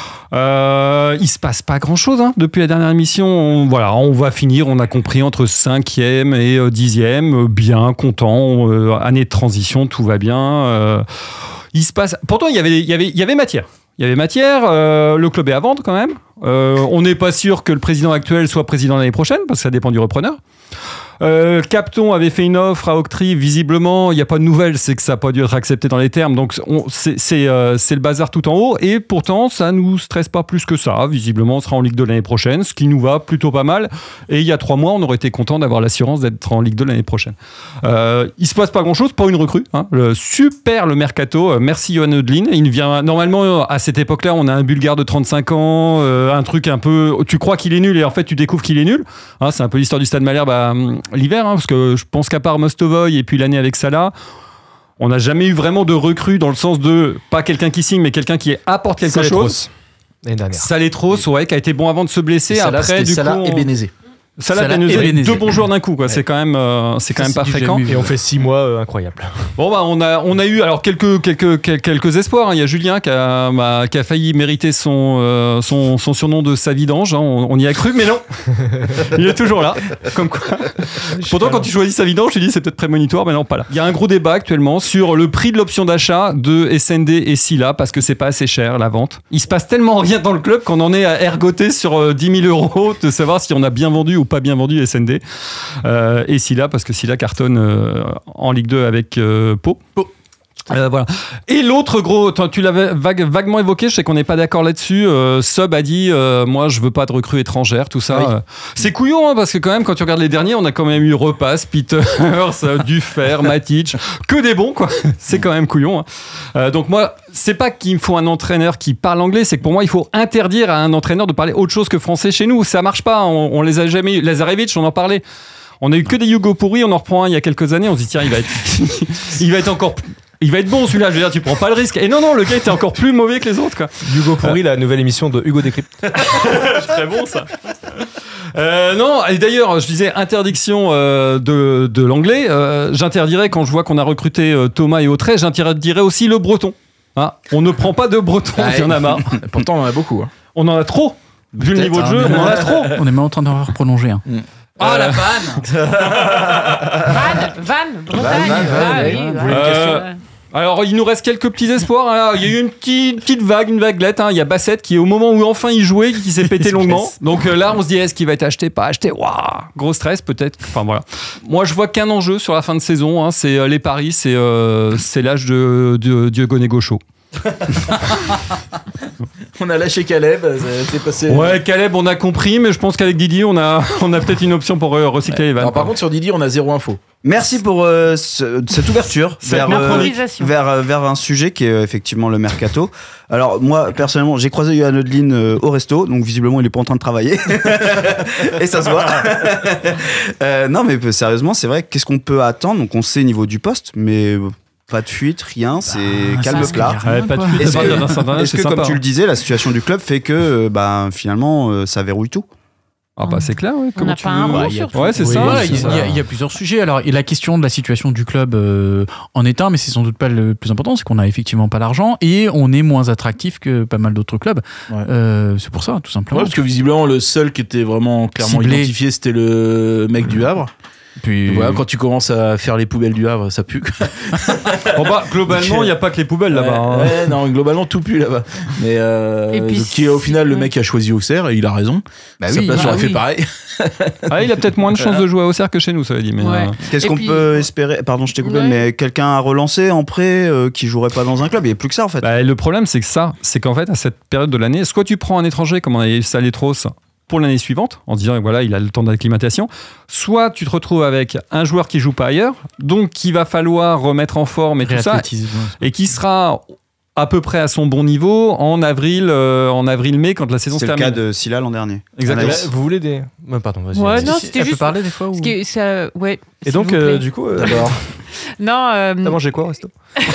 Euh, il se passe pas grand chose hein, depuis la dernière émission. On, voilà, on va finir, on a compris, entre cinquième et euh, dixième. Euh, bien, content. Euh, année de transition, tout va bien. Euh, il se passe. Pourtant, il y avait, il y avait, il y avait matière. Il y avait matière. Euh, le club est à vendre quand même. Euh, on n'est pas sûr que le président actuel soit président l'année prochaine parce que ça dépend du repreneur. Euh, Capton avait fait une offre à Octree, visiblement il n'y a pas de nouvelles, c'est que ça n'a pas dû être accepté dans les termes, donc on, c'est, c'est, euh, c'est le bazar tout en haut, et pourtant ça ne nous stresse pas plus que ça. Visiblement on sera en Ligue deux l'année prochaine, ce qui nous va plutôt pas mal, et il y a trois mois on aurait été content d'avoir l'assurance d'être en Ligue deux l'année prochaine. Euh, il se passe pas grand chose, pas une recrue, hein. Le, super le mercato, euh, merci Johan Eudlin, il vient normalement à cette époque là on a un Bulgare de trente-cinq ans, euh, un truc un peu, tu crois qu'il est nul et en fait tu découvres qu'il est nul, hein, c'est un peu l'histoire du Stade Malherbe à l'hiver, hein, parce que je pense qu'à part Mostovoy et puis l'année avec Salah, on n'a jamais eu vraiment de recrue dans le sens de pas quelqu'un qui signe, mais quelqu'un qui apporte quelque Saletros, chose. l'année dernière. Saletros, ouais, qui a été bon avant de se blesser. Salah, Après, c'était du Salah coup, et on- Bénézé. Salah, Salah Benezet, et Benezet. deux bons joueurs d'un coup, quoi. Ouais. C'est quand même, euh, c'est quand Ça, même pas c'est du fréquent. jamais vu. Et on fait six mois euh, incroyables. Bon bah on a on a eu alors quelques quelques quelques, quelques espoirs, hein. Il y a Julien qui a, bah, qui a failli mériter son euh, son, son surnom de Savidange, hein. on, on y a cru mais non. Il est toujours là. Comme quoi. Pourtant quand tu choisis Savidange, tu dis c'est peut-être prémonitoire, mais non pas là. Il y a un gros débat actuellement sur le prix de l'option d'achat de S N D et Silla parce que c'est pas assez cher la vente. Il se passe tellement rien dans le club qu'on en est à ergoter sur euh, dix mille euros de savoir si on a bien vendu ou pas bien vendu S N D. Euh, et Silla parce que Silla cartonne euh, en Ligue deux avec euh, Pau. Euh, voilà. Et l'autre gros, toi, tu l'avais vague- vaguement évoqué, je sais qu'on n'est pas d'accord là-dessus. Euh, Sub a dit, euh, moi je veux pas de recrues étrangères, tout ça. Oui. Euh, c'est couillon hein, parce que quand même, quand tu regardes les derniers, on a quand même eu Repass, Peters, euh, Dufer, Matic, que des bons quoi. C'est quand même couillon. Hein. Euh, donc moi, c'est pas qu'il me faut un entraîneur qui parle anglais, c'est que pour moi, il faut interdire à un entraîneur de parler autre chose que français chez nous. Ça marche pas. On, on les a jamais eu. Lazarevic, on en parlait. On a eu que des Hugo pourris, on en reprend un il y a quelques années, on se dit tiens, il va être, il va être encore, il va être bon celui-là, je veux dire, tu prends pas le risque. Et non, non, le gars était encore plus mauvais que les autres, quoi. Hugo Pourri, la nouvelle émission de Hugo Décrypte. Très bon ça. Euh, non, et d'ailleurs, je disais interdiction euh, de, de l'anglais. Euh, j'interdirais, quand je vois qu'on a recruté euh, Thomas et Autrey, j'interdirais aussi le breton. Ah, on ne prend pas de Bretons, Ouais. il y en a marre. Pourtant, on en a beaucoup. Hein. On en a trop. Vu le Peut-être, niveau de jeu, hein, on en a mais- trop. On est même en train d'en prolonger. Hein. Ah, Euh, la vanne Vanne, Vanne, Bretagne. Vanne, ah, Vanne, oui, Vanne. bah, Vous voulez une euh, question Alors, il nous reste quelques petits espoirs. Alors, il y a eu une petite, petite vague, une vaguelette. hein. Il y a Bassett qui, au moment où enfin il jouait, qui s'est pété longuement. Donc euh, là, on se dit, est-ce qu'il va être acheté, pas acheté Waouh, gros stress peut-être. Enfin voilà. Moi, je vois qu'un enjeu sur la fin de saison. hein. C'est euh, les paris, c'est euh, c'est l'âge de, de Diegoné Gaucho. On a lâché Caleb, c'est passé. Ouais, Caleb, on a compris, mais je pense qu'avec Didier, on a, on a peut-être une option pour euh, recycler les vannes. Alors, par contre, sur Didier, on a zéro info. Merci pour euh, ce- cette ouverture Cette vers, euh, improvisation. vers, euh, vers un sujet qui est euh, effectivement le mercato. Alors moi personnellement j'ai croisé Johan Odlin euh, au resto, donc visiblement il est pas en train de travailler et ça se voit. Euh, non mais euh, sérieusement c'est vrai, qu'est-ce qu'on peut attendre? Donc on sait niveau du poste, mais euh, pas de fuite, rien, c'est Ah, calme ça, plat. c'est rien, Ouais, pas de quoi. fuite, Est-ce c'est que, pas d'un certain âge, est-ce c'est que sympa, comme tu hein. le disais, la situation du club fait que euh, bah, finalement euh, ça verrouille tout? Ah bah c'est clair, oui. On Comment n'a tu pas veux- un rond Ouais, sur tout. Ouais, c'est Oui, ça. voilà, c'est il y, a- ça. il y a- il y a plusieurs sujets. Alors, et la question de la situation du club euh, en est un, mais c'est sans doute pas le plus important, c'est qu'on n'a effectivement pas l'argent et on est moins attractif que pas mal d'autres clubs. Ouais. Euh, c'est pour ça, tout simplement. Ouais, parce que visiblement, le seul qui était vraiment clairement Ciblé. identifié, c'était le mec du Havre. Puis, Voilà, quand tu commences à faire les poubelles du Havre, ça pue. Bon bah, globalement, il n'y a pas que les poubelles là-bas. hein. Ouais, ouais, non, globalement, tout pue là-bas. Mais euh, Et puis, donc, qui est au final, le ouais. mec a choisi Auxerre et il a raison. Bah Sa oui, place bah j'aurais fait oui. pareil. Ah, il a peut-être moins de chances de jouer à Auxerre que chez nous, ça veut dire. Mais, Ouais. euh, Qu'est-ce Et qu'on puis- peut espérer? Pardon, je t'ai coupé, Ouais. mais quelqu'un à relancer en prêt euh, qui jouerait pas dans un club? Il n'y a plus que ça en fait. bah, le problème, c'est que ça, c'est qu'en fait, à cette période de l'année, soit tu prends un étranger comme on a eu Saletros pour l'année suivante, en se disant voilà, il a le temps d'acclimatation, soit tu te retrouves avec un joueur qui joue pas ailleurs, donc qu'il va falloir remettre en forme et tout ça, réathlétisme. et qui sera à peu près à son bon niveau en avril, euh, en avril-mai quand la saison se C'est le termine. cas de Silla l'an dernier. Exactement. Anaïs. Vous voulez des. Ouais, pardon, vas-y. Ouais, vas-y. non, Si- c'était elle peut juste- parler des fois ou... Ce qui est- ça, ouais, Et s'il donc, vous euh, plaît. du coup, euh, d'abord, Non, euh, t'as mangé quoi au resto?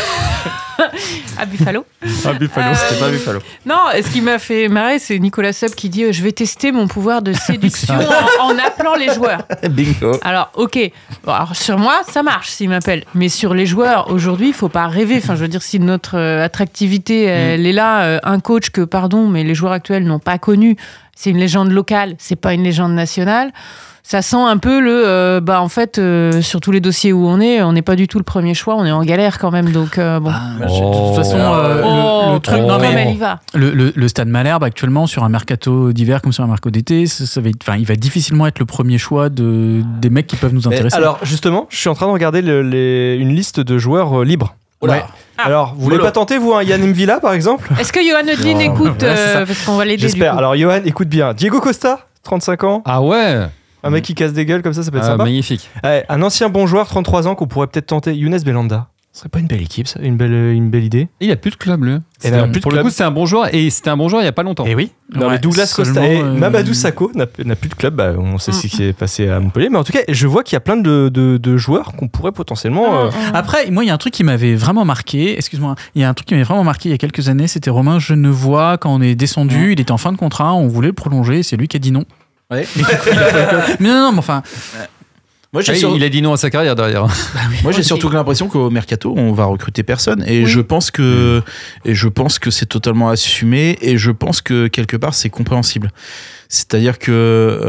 à Buffalo. Ah, Buffalo, Euh, C'était pas Buffalo. Non, ce qui m'a fait marrer, c'est Nicolas Sub qui dit euh, je vais tester mon pouvoir de séduction en, en appelant les joueurs. Bingo. Alors, ok. Bon, alors, sur moi, ça marche s'il m'appelle. Mais sur les joueurs, aujourd'hui, il faut pas rêver. Enfin, je veux dire, si notre euh, attractivité, elle est là, euh, un coach que, pardon, mais les joueurs actuels n'ont pas connu, c'est une légende locale, c'est pas une légende nationale. Ça sent un peu le. euh, bah, en fait, euh, sur tous les dossiers où on est, on n'est pas du tout le premier choix, on est en galère quand même. Donc, euh, bon. Ah, de toute façon, euh, Oh, le, le truc, comme non mais elle y va. le, le, le Stade Malherbe actuellement sur un mercato d'hiver comme sur un mercato d'été, ça, ça va être- enfin, il va difficilement être le premier choix de des mecs qui peuvent nous Mais intéresser. alors, justement, je suis en train de regarder le- les- une liste de joueurs euh, libres. Oh là. Ouais. Alors, vous voulez Voilà. pas tenter, vous, un Yann Mvila, par exemple? Est-ce que Johan Odlin écoute Ouais, c'est ça. euh, parce qu'on va l'aider du J'espère. coup. Alors, Johan, écoute bien. Diego Costa, trente-cinq ans. Ah ouais. Un mec qui casse des gueules comme ça, ça peut être Ah, sympa. magnifique. Ouais, un ancien bon joueur, trente-trois ans, qu'on pourrait peut-être tenter. Younes Belanda. Ce serait pas une belle équipe, ça, une belle, une belle idée. Il a plus de club, lui. Et ben, plus de Pour le club. coup, c'est un bon joueur et c'était un bon joueur il y a pas longtemps. Et oui. Non, Ouais, mais Douglas Costa seulement, et euh, Mamadou Sakho n'a n'a plus de club. Bah, on sait Mm. ce qui s'est passé à Montpellier. Mais en tout cas, je vois qu'il y a plein de, de, de joueurs qu'on pourrait potentiellement. euh, Après, moi, il y a un truc qui m'avait vraiment marqué. Excuse-moi, il y a un truc qui m'avait vraiment marqué il y a quelques années. C'était Romain Genevois quand on est descendu. Il était en fin de contrat, on voulait le prolonger. C'est lui qui a dit non. Ouais. Mais, du coup, il a pas le club. Mais non, non, mais enfin, Moi, j'ai Ah, sur- Il a dit non à sa carrière derrière. Moi, j'ai surtout l'impression qu'au mercato, on va recruter personne, et Oui. je pense que et je pense que c'est totalement assumé, et je pense que quelque part c'est compréhensible. C'est-à-dire que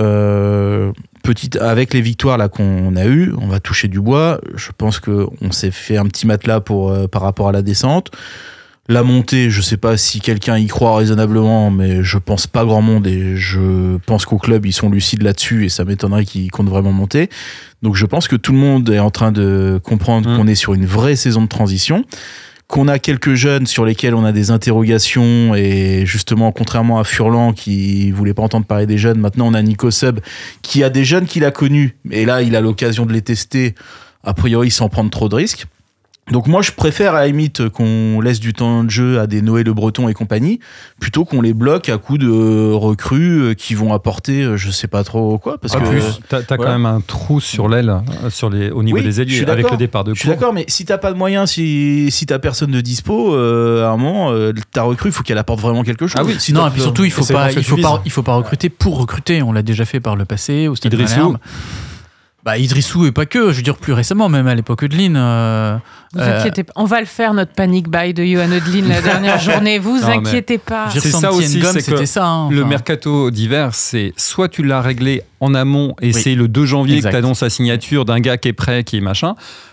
euh, petite avec les victoires là qu'on a eues, on va toucher du bois. Je pense que on s'est fait un petit matelas pour euh, par rapport à la descente. La montée, je sais pas si quelqu'un y croit raisonnablement, mais je pense pas grand monde, et je pense qu'au club ils sont lucides là-dessus, et ça m'étonnerait qu'ils comptent vraiment monter. Donc je pense que tout le monde est en train de comprendre Mmh. qu'on est sur une vraie saison de transition, qu'on a quelques jeunes sur lesquels on a des interrogations, et justement contrairement à Furlan qui voulait pas entendre parler des jeunes, maintenant on a Nico Sub qui a des jeunes qu'il a connus, et là il a l'occasion de les tester, a priori sans prendre trop de risques. Donc moi je préfère à la limite qu'on laisse du temps de jeu à des Noé Le Breton et compagnie, plutôt qu'on les bloque à coups de recrues qui vont apporter euh, je sais pas trop quoi, parce En que plus, t'as t'as voilà. quand même un trou sur l'aile, euh, sur les, au niveau Oui, des je ailiers, suis avec d'accord. le départ de Je suis Cour. d'accord, mais si t'as pas de moyens, si, si t'as personne de dispo, euh, à un moment, euh, ta recrue, il faut qu'elle apporte vraiment quelque chose. Ah oui, Si non, t'as- et puis surtout, il faut c'est pas, pour ce que il faut tu pas, vises. il faut pas recruter pour recruter. On l'a déjà fait par le passé au Stade Idrissou. Malherbe. Bah, Idrissou et pas que, je veux dire plus récemment, même à l'époque Edeline. Euh, Vous euh, inquiétez pas. On va le faire, notre panic buy de Johan Edeline la dernière journée. Vous Non, mais inquiétez pas. C'est ça aussi, Gomme, c'est que c'était ça, hein, le enfin. mercato d'hiver, c'est soit tu l'as réglé en amont et Oui. c'est le deux janvier Exact. que tu annonces la signature d'un gars qui est prêt, qui est machin,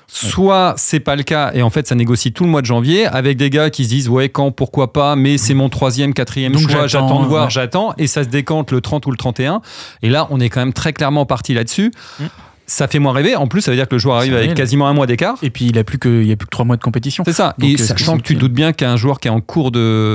soit c'est pas le cas et en fait ça négocie tout le mois de janvier avec des gars qui se disent ouais quand, pourquoi pas, mais c'est mon troisième, quatrième Donc choix, j'attends, j'attends de voir, ouais. j'attends et ça se décante le trente ou le trente et un et là on est quand même très clairement parti là-dessus. Mm. Ça fait moins rêver. En plus, ça veut dire que le joueur arrive C'est avec réel. quasiment un mois d'écart. Et puis il a plus que il y a plus que trois mois de compétition. C'est ça. Donc, et euh, c'est sachant que tu compliqué. doutes bien qu'un joueur qui est en cours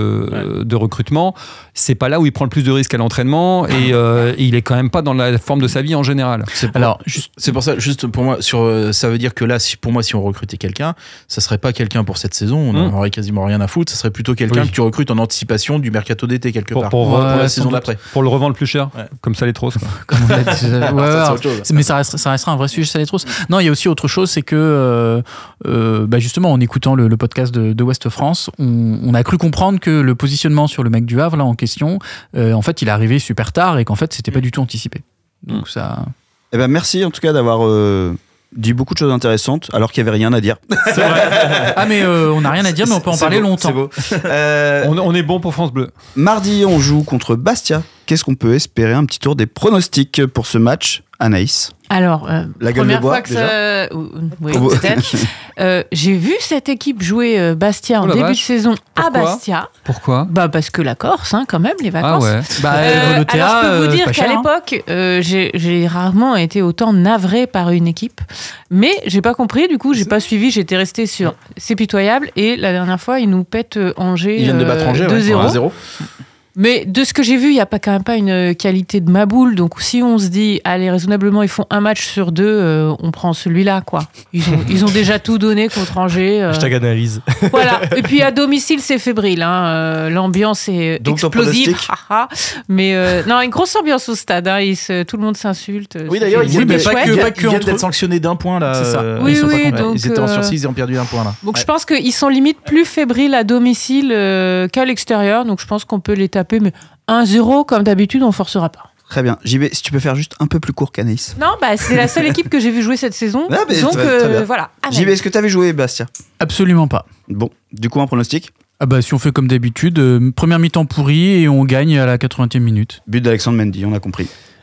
de, de recrutement, c'est pas là où il prend le plus de risques à l'entraînement et, euh, et il est quand même pas dans la forme de sa vie en général. C'est pour, Alors, juste, c'est pour ça, juste pour moi, sur, euh, ça veut dire que là, si, pour moi, si on recrutait quelqu'un, ça serait pas quelqu'un pour cette saison, on Mm. en aurait quasiment rien à foutre, ça serait plutôt quelqu'un Oui. que tu recrutes en anticipation du mercato d'été quelque Pour, part. pour, pour euh, la sans saison doute. d'après. Pour le revendre plus cher, Ouais. comme ça les trop. Comme on l'a dit, euh, ouais, Ça, c'est ouais, autre chose. c'est- mais ça restera, ça restera un vrai sujet, ça les trousses. Non, il y a aussi autre chose, c'est que euh, euh, bah justement, en écoutant le, le podcast de, de Ouest France, on, on a cru comprendre que le positionnement sur le mec du Havre là en question, euh, en fait, il est arrivé super tard et qu'en fait, c'était pas du tout anticipé. Donc ça. Eh ben, merci en tout cas d'avoir euh, dit beaucoup de choses intéressantes alors qu'il n'y avait rien à dire. C'est vrai. Ah mais euh, on n'a rien à dire, mais on peut en C'est parler beau, longtemps. c'est beau. Euh, On, on est bon pour France Bleu. Mardi, on joue contre Bastia. Qu'est-ce qu'on peut espérer? Un petit tour des pronostics pour ce match, Anaïs. Alors, euh, La gueule première de bois, fois que déjà ça... ou- Oui, Oh, peut-être. Euh, j'ai vu cette équipe jouer euh, Bastia en Oh la début vache. de saison à Pourquoi Bastia. Pourquoi? Bah parce que la Corse, hein, quand même, les Ah vacances. ouais. Bah, Euh, Volotea, alors je peux euh, vous dire pas qu'à cher, hein. l'époque, euh, j'ai, j'ai rarement été autant navrée par une équipe, mais j'ai pas compris. Du coup, j'ai pas suivi. J'étais restée sur c'est pitoyable. Et la dernière fois, ils nous pètent euh, Angers Ils viennent de battre euh, Angers, ouais, deux zéro. un zéro. Mais de ce que j'ai vu, il n'y a pas quand même pas une qualité de maboule. Donc si on se dit, allez, raisonnablement, ils font un match sur deux, euh, on prend celui-là, quoi. Ils ont, ils ont déjà tout donné contre Angers. euh, Hashtag analyse. Voilà. Et puis à domicile, c'est fébrile. Hein. Euh, l'ambiance est Donc, ton explosive. pronostic haha. Mais euh, non, une grosse ambiance au stade. Hein. Ils se- tout le monde s'insulte. Oui, C'est- d'ailleurs, ils c'est viennent, des pas chouettes. que, pas pas que ils viennent entre d'être eux. sanctionnés d'un point là. C'est ça. euh, Oui, ils sont pas oui, contents. donc, Ils étaient en euh, sursis, ils ont perdu un point là. Donc Ouais. je pense qu'ils sont limite plus fébriles à domicile euh, qu'à l'extérieur. Donc je pense qu'on peut les taper. Mais un zéro, comme d'habitude, on forcera pas. Très bien. J B, si tu peux faire juste un peu plus court qu'Anaïs. Non, bah, c'est la seule équipe que j'ai vu jouer cette saison. Ah, mais donc très- très euh, bien. voilà. J B, est-ce que tu avais joué Bastia? Absolument pas. Bon, du coup, un pronostic. Ah bah si on fait comme d'habitude, euh, première mi-temps pourrie et on gagne à la quatre-vingtième minute. But d'Alexandre Mendy, on a compris.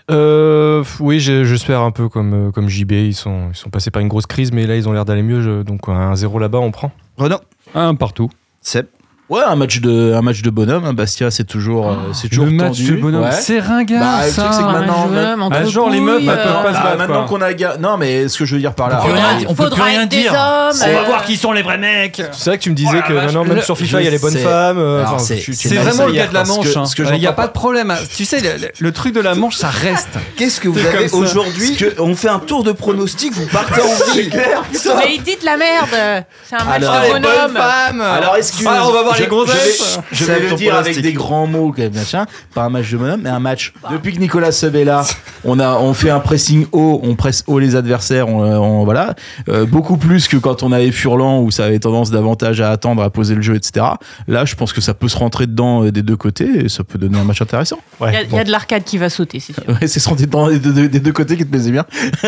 Euh, oui, j'ai- j'espère un peu comme, euh, comme J B. Ils sont, ils sont passés par une grosse crise, mais là, ils ont l'air d'aller mieux. je- donc, un zéro là-bas, on prend. Renaud, Un partout. Seb. Ouais, un match de, un match de bonhomme. hein. Bastia, c'est toujours, euh, c'est toujours Le match tendu. de bonhomme. Ouais. C'est ringard, Bah, le ça. truc, c'est que Un maintenant, jeune, entre Ah, genre, les meufs, couilles, elles peuvent euh, pas se Bah, battre, maintenant quoi. qu'on a ga- non mais ce que je veux dire par là, On peut plus euh, rien- on peut plus faudra rien être des dire. hommes, On va euh, voir qui sont les vrais mecs. C'est vrai que tu me disais Oh la que vache, maintenant, même le- sur FIFA, je il y a les bonnes sais. femmes. euh, Alors, enfin, c'est- tu- tu- C'est C'est vraiment ça le hier, gars de la parce que- Manche. hein. ce que Il n'y a j'entends pas pas- de problème. Tu sais, le, le- le truc de la Manche, ça reste. Qu'est-ce que vous C'est avez comme ça. aujourd'hui? On fait un tour de pronostic, vous partez en vrille. Mais il dit de la merde. C'est un match Alors, de les bonhomme. femmes. Alors excuse, Alors, on va voir je- les gonzesses. Je vais, je C'est vais ton le dire pronostic. avec des grands mots, quand même, machin. Pas un match de bonhomme, mais un match. Depuis que Nicolas Seub est là, on a, on fait un pressing haut, on presse haut les adversaires, on, on- voilà, Euh, beaucoup plus que quand on avait Furlan où ça avait tendance davantage à attendre, à poser le jeu, et cetera. Là, je pense que ça peut se rentrer dedans euh, des deux côtés et ça peut donner un match intéressant. Il y a- il y, a de l'arcade qui va sauter, c'est sûr. Ouais, c'est se rentrer dedans des deux, des deux côtés qui te plaisait bien.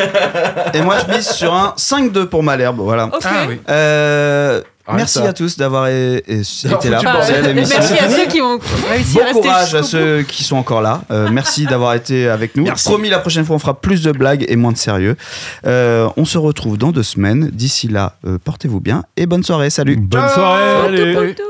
Et moi, je mise sur un cinq deux pour Malherbe. Voilà. Ok. Ah oui. Euh, Rien merci que ça. à tous d'avoir é- é- Alors, été là foutu pour bordel. cette Enfin, émission. merci à ceux qui ont réussi à Bon rester courage à jusqu'au ceux qui sont encore là. Euh, merci d'avoir été avec nous. Merci. Promis, la prochaine fois, on fera plus de blagues et moins de sérieux. Euh, on se retrouve dans deux semaines. D'ici là, euh, portez-vous bien et bonne soirée. Salut. Bonne soirée. bout. Tout, tout, tout.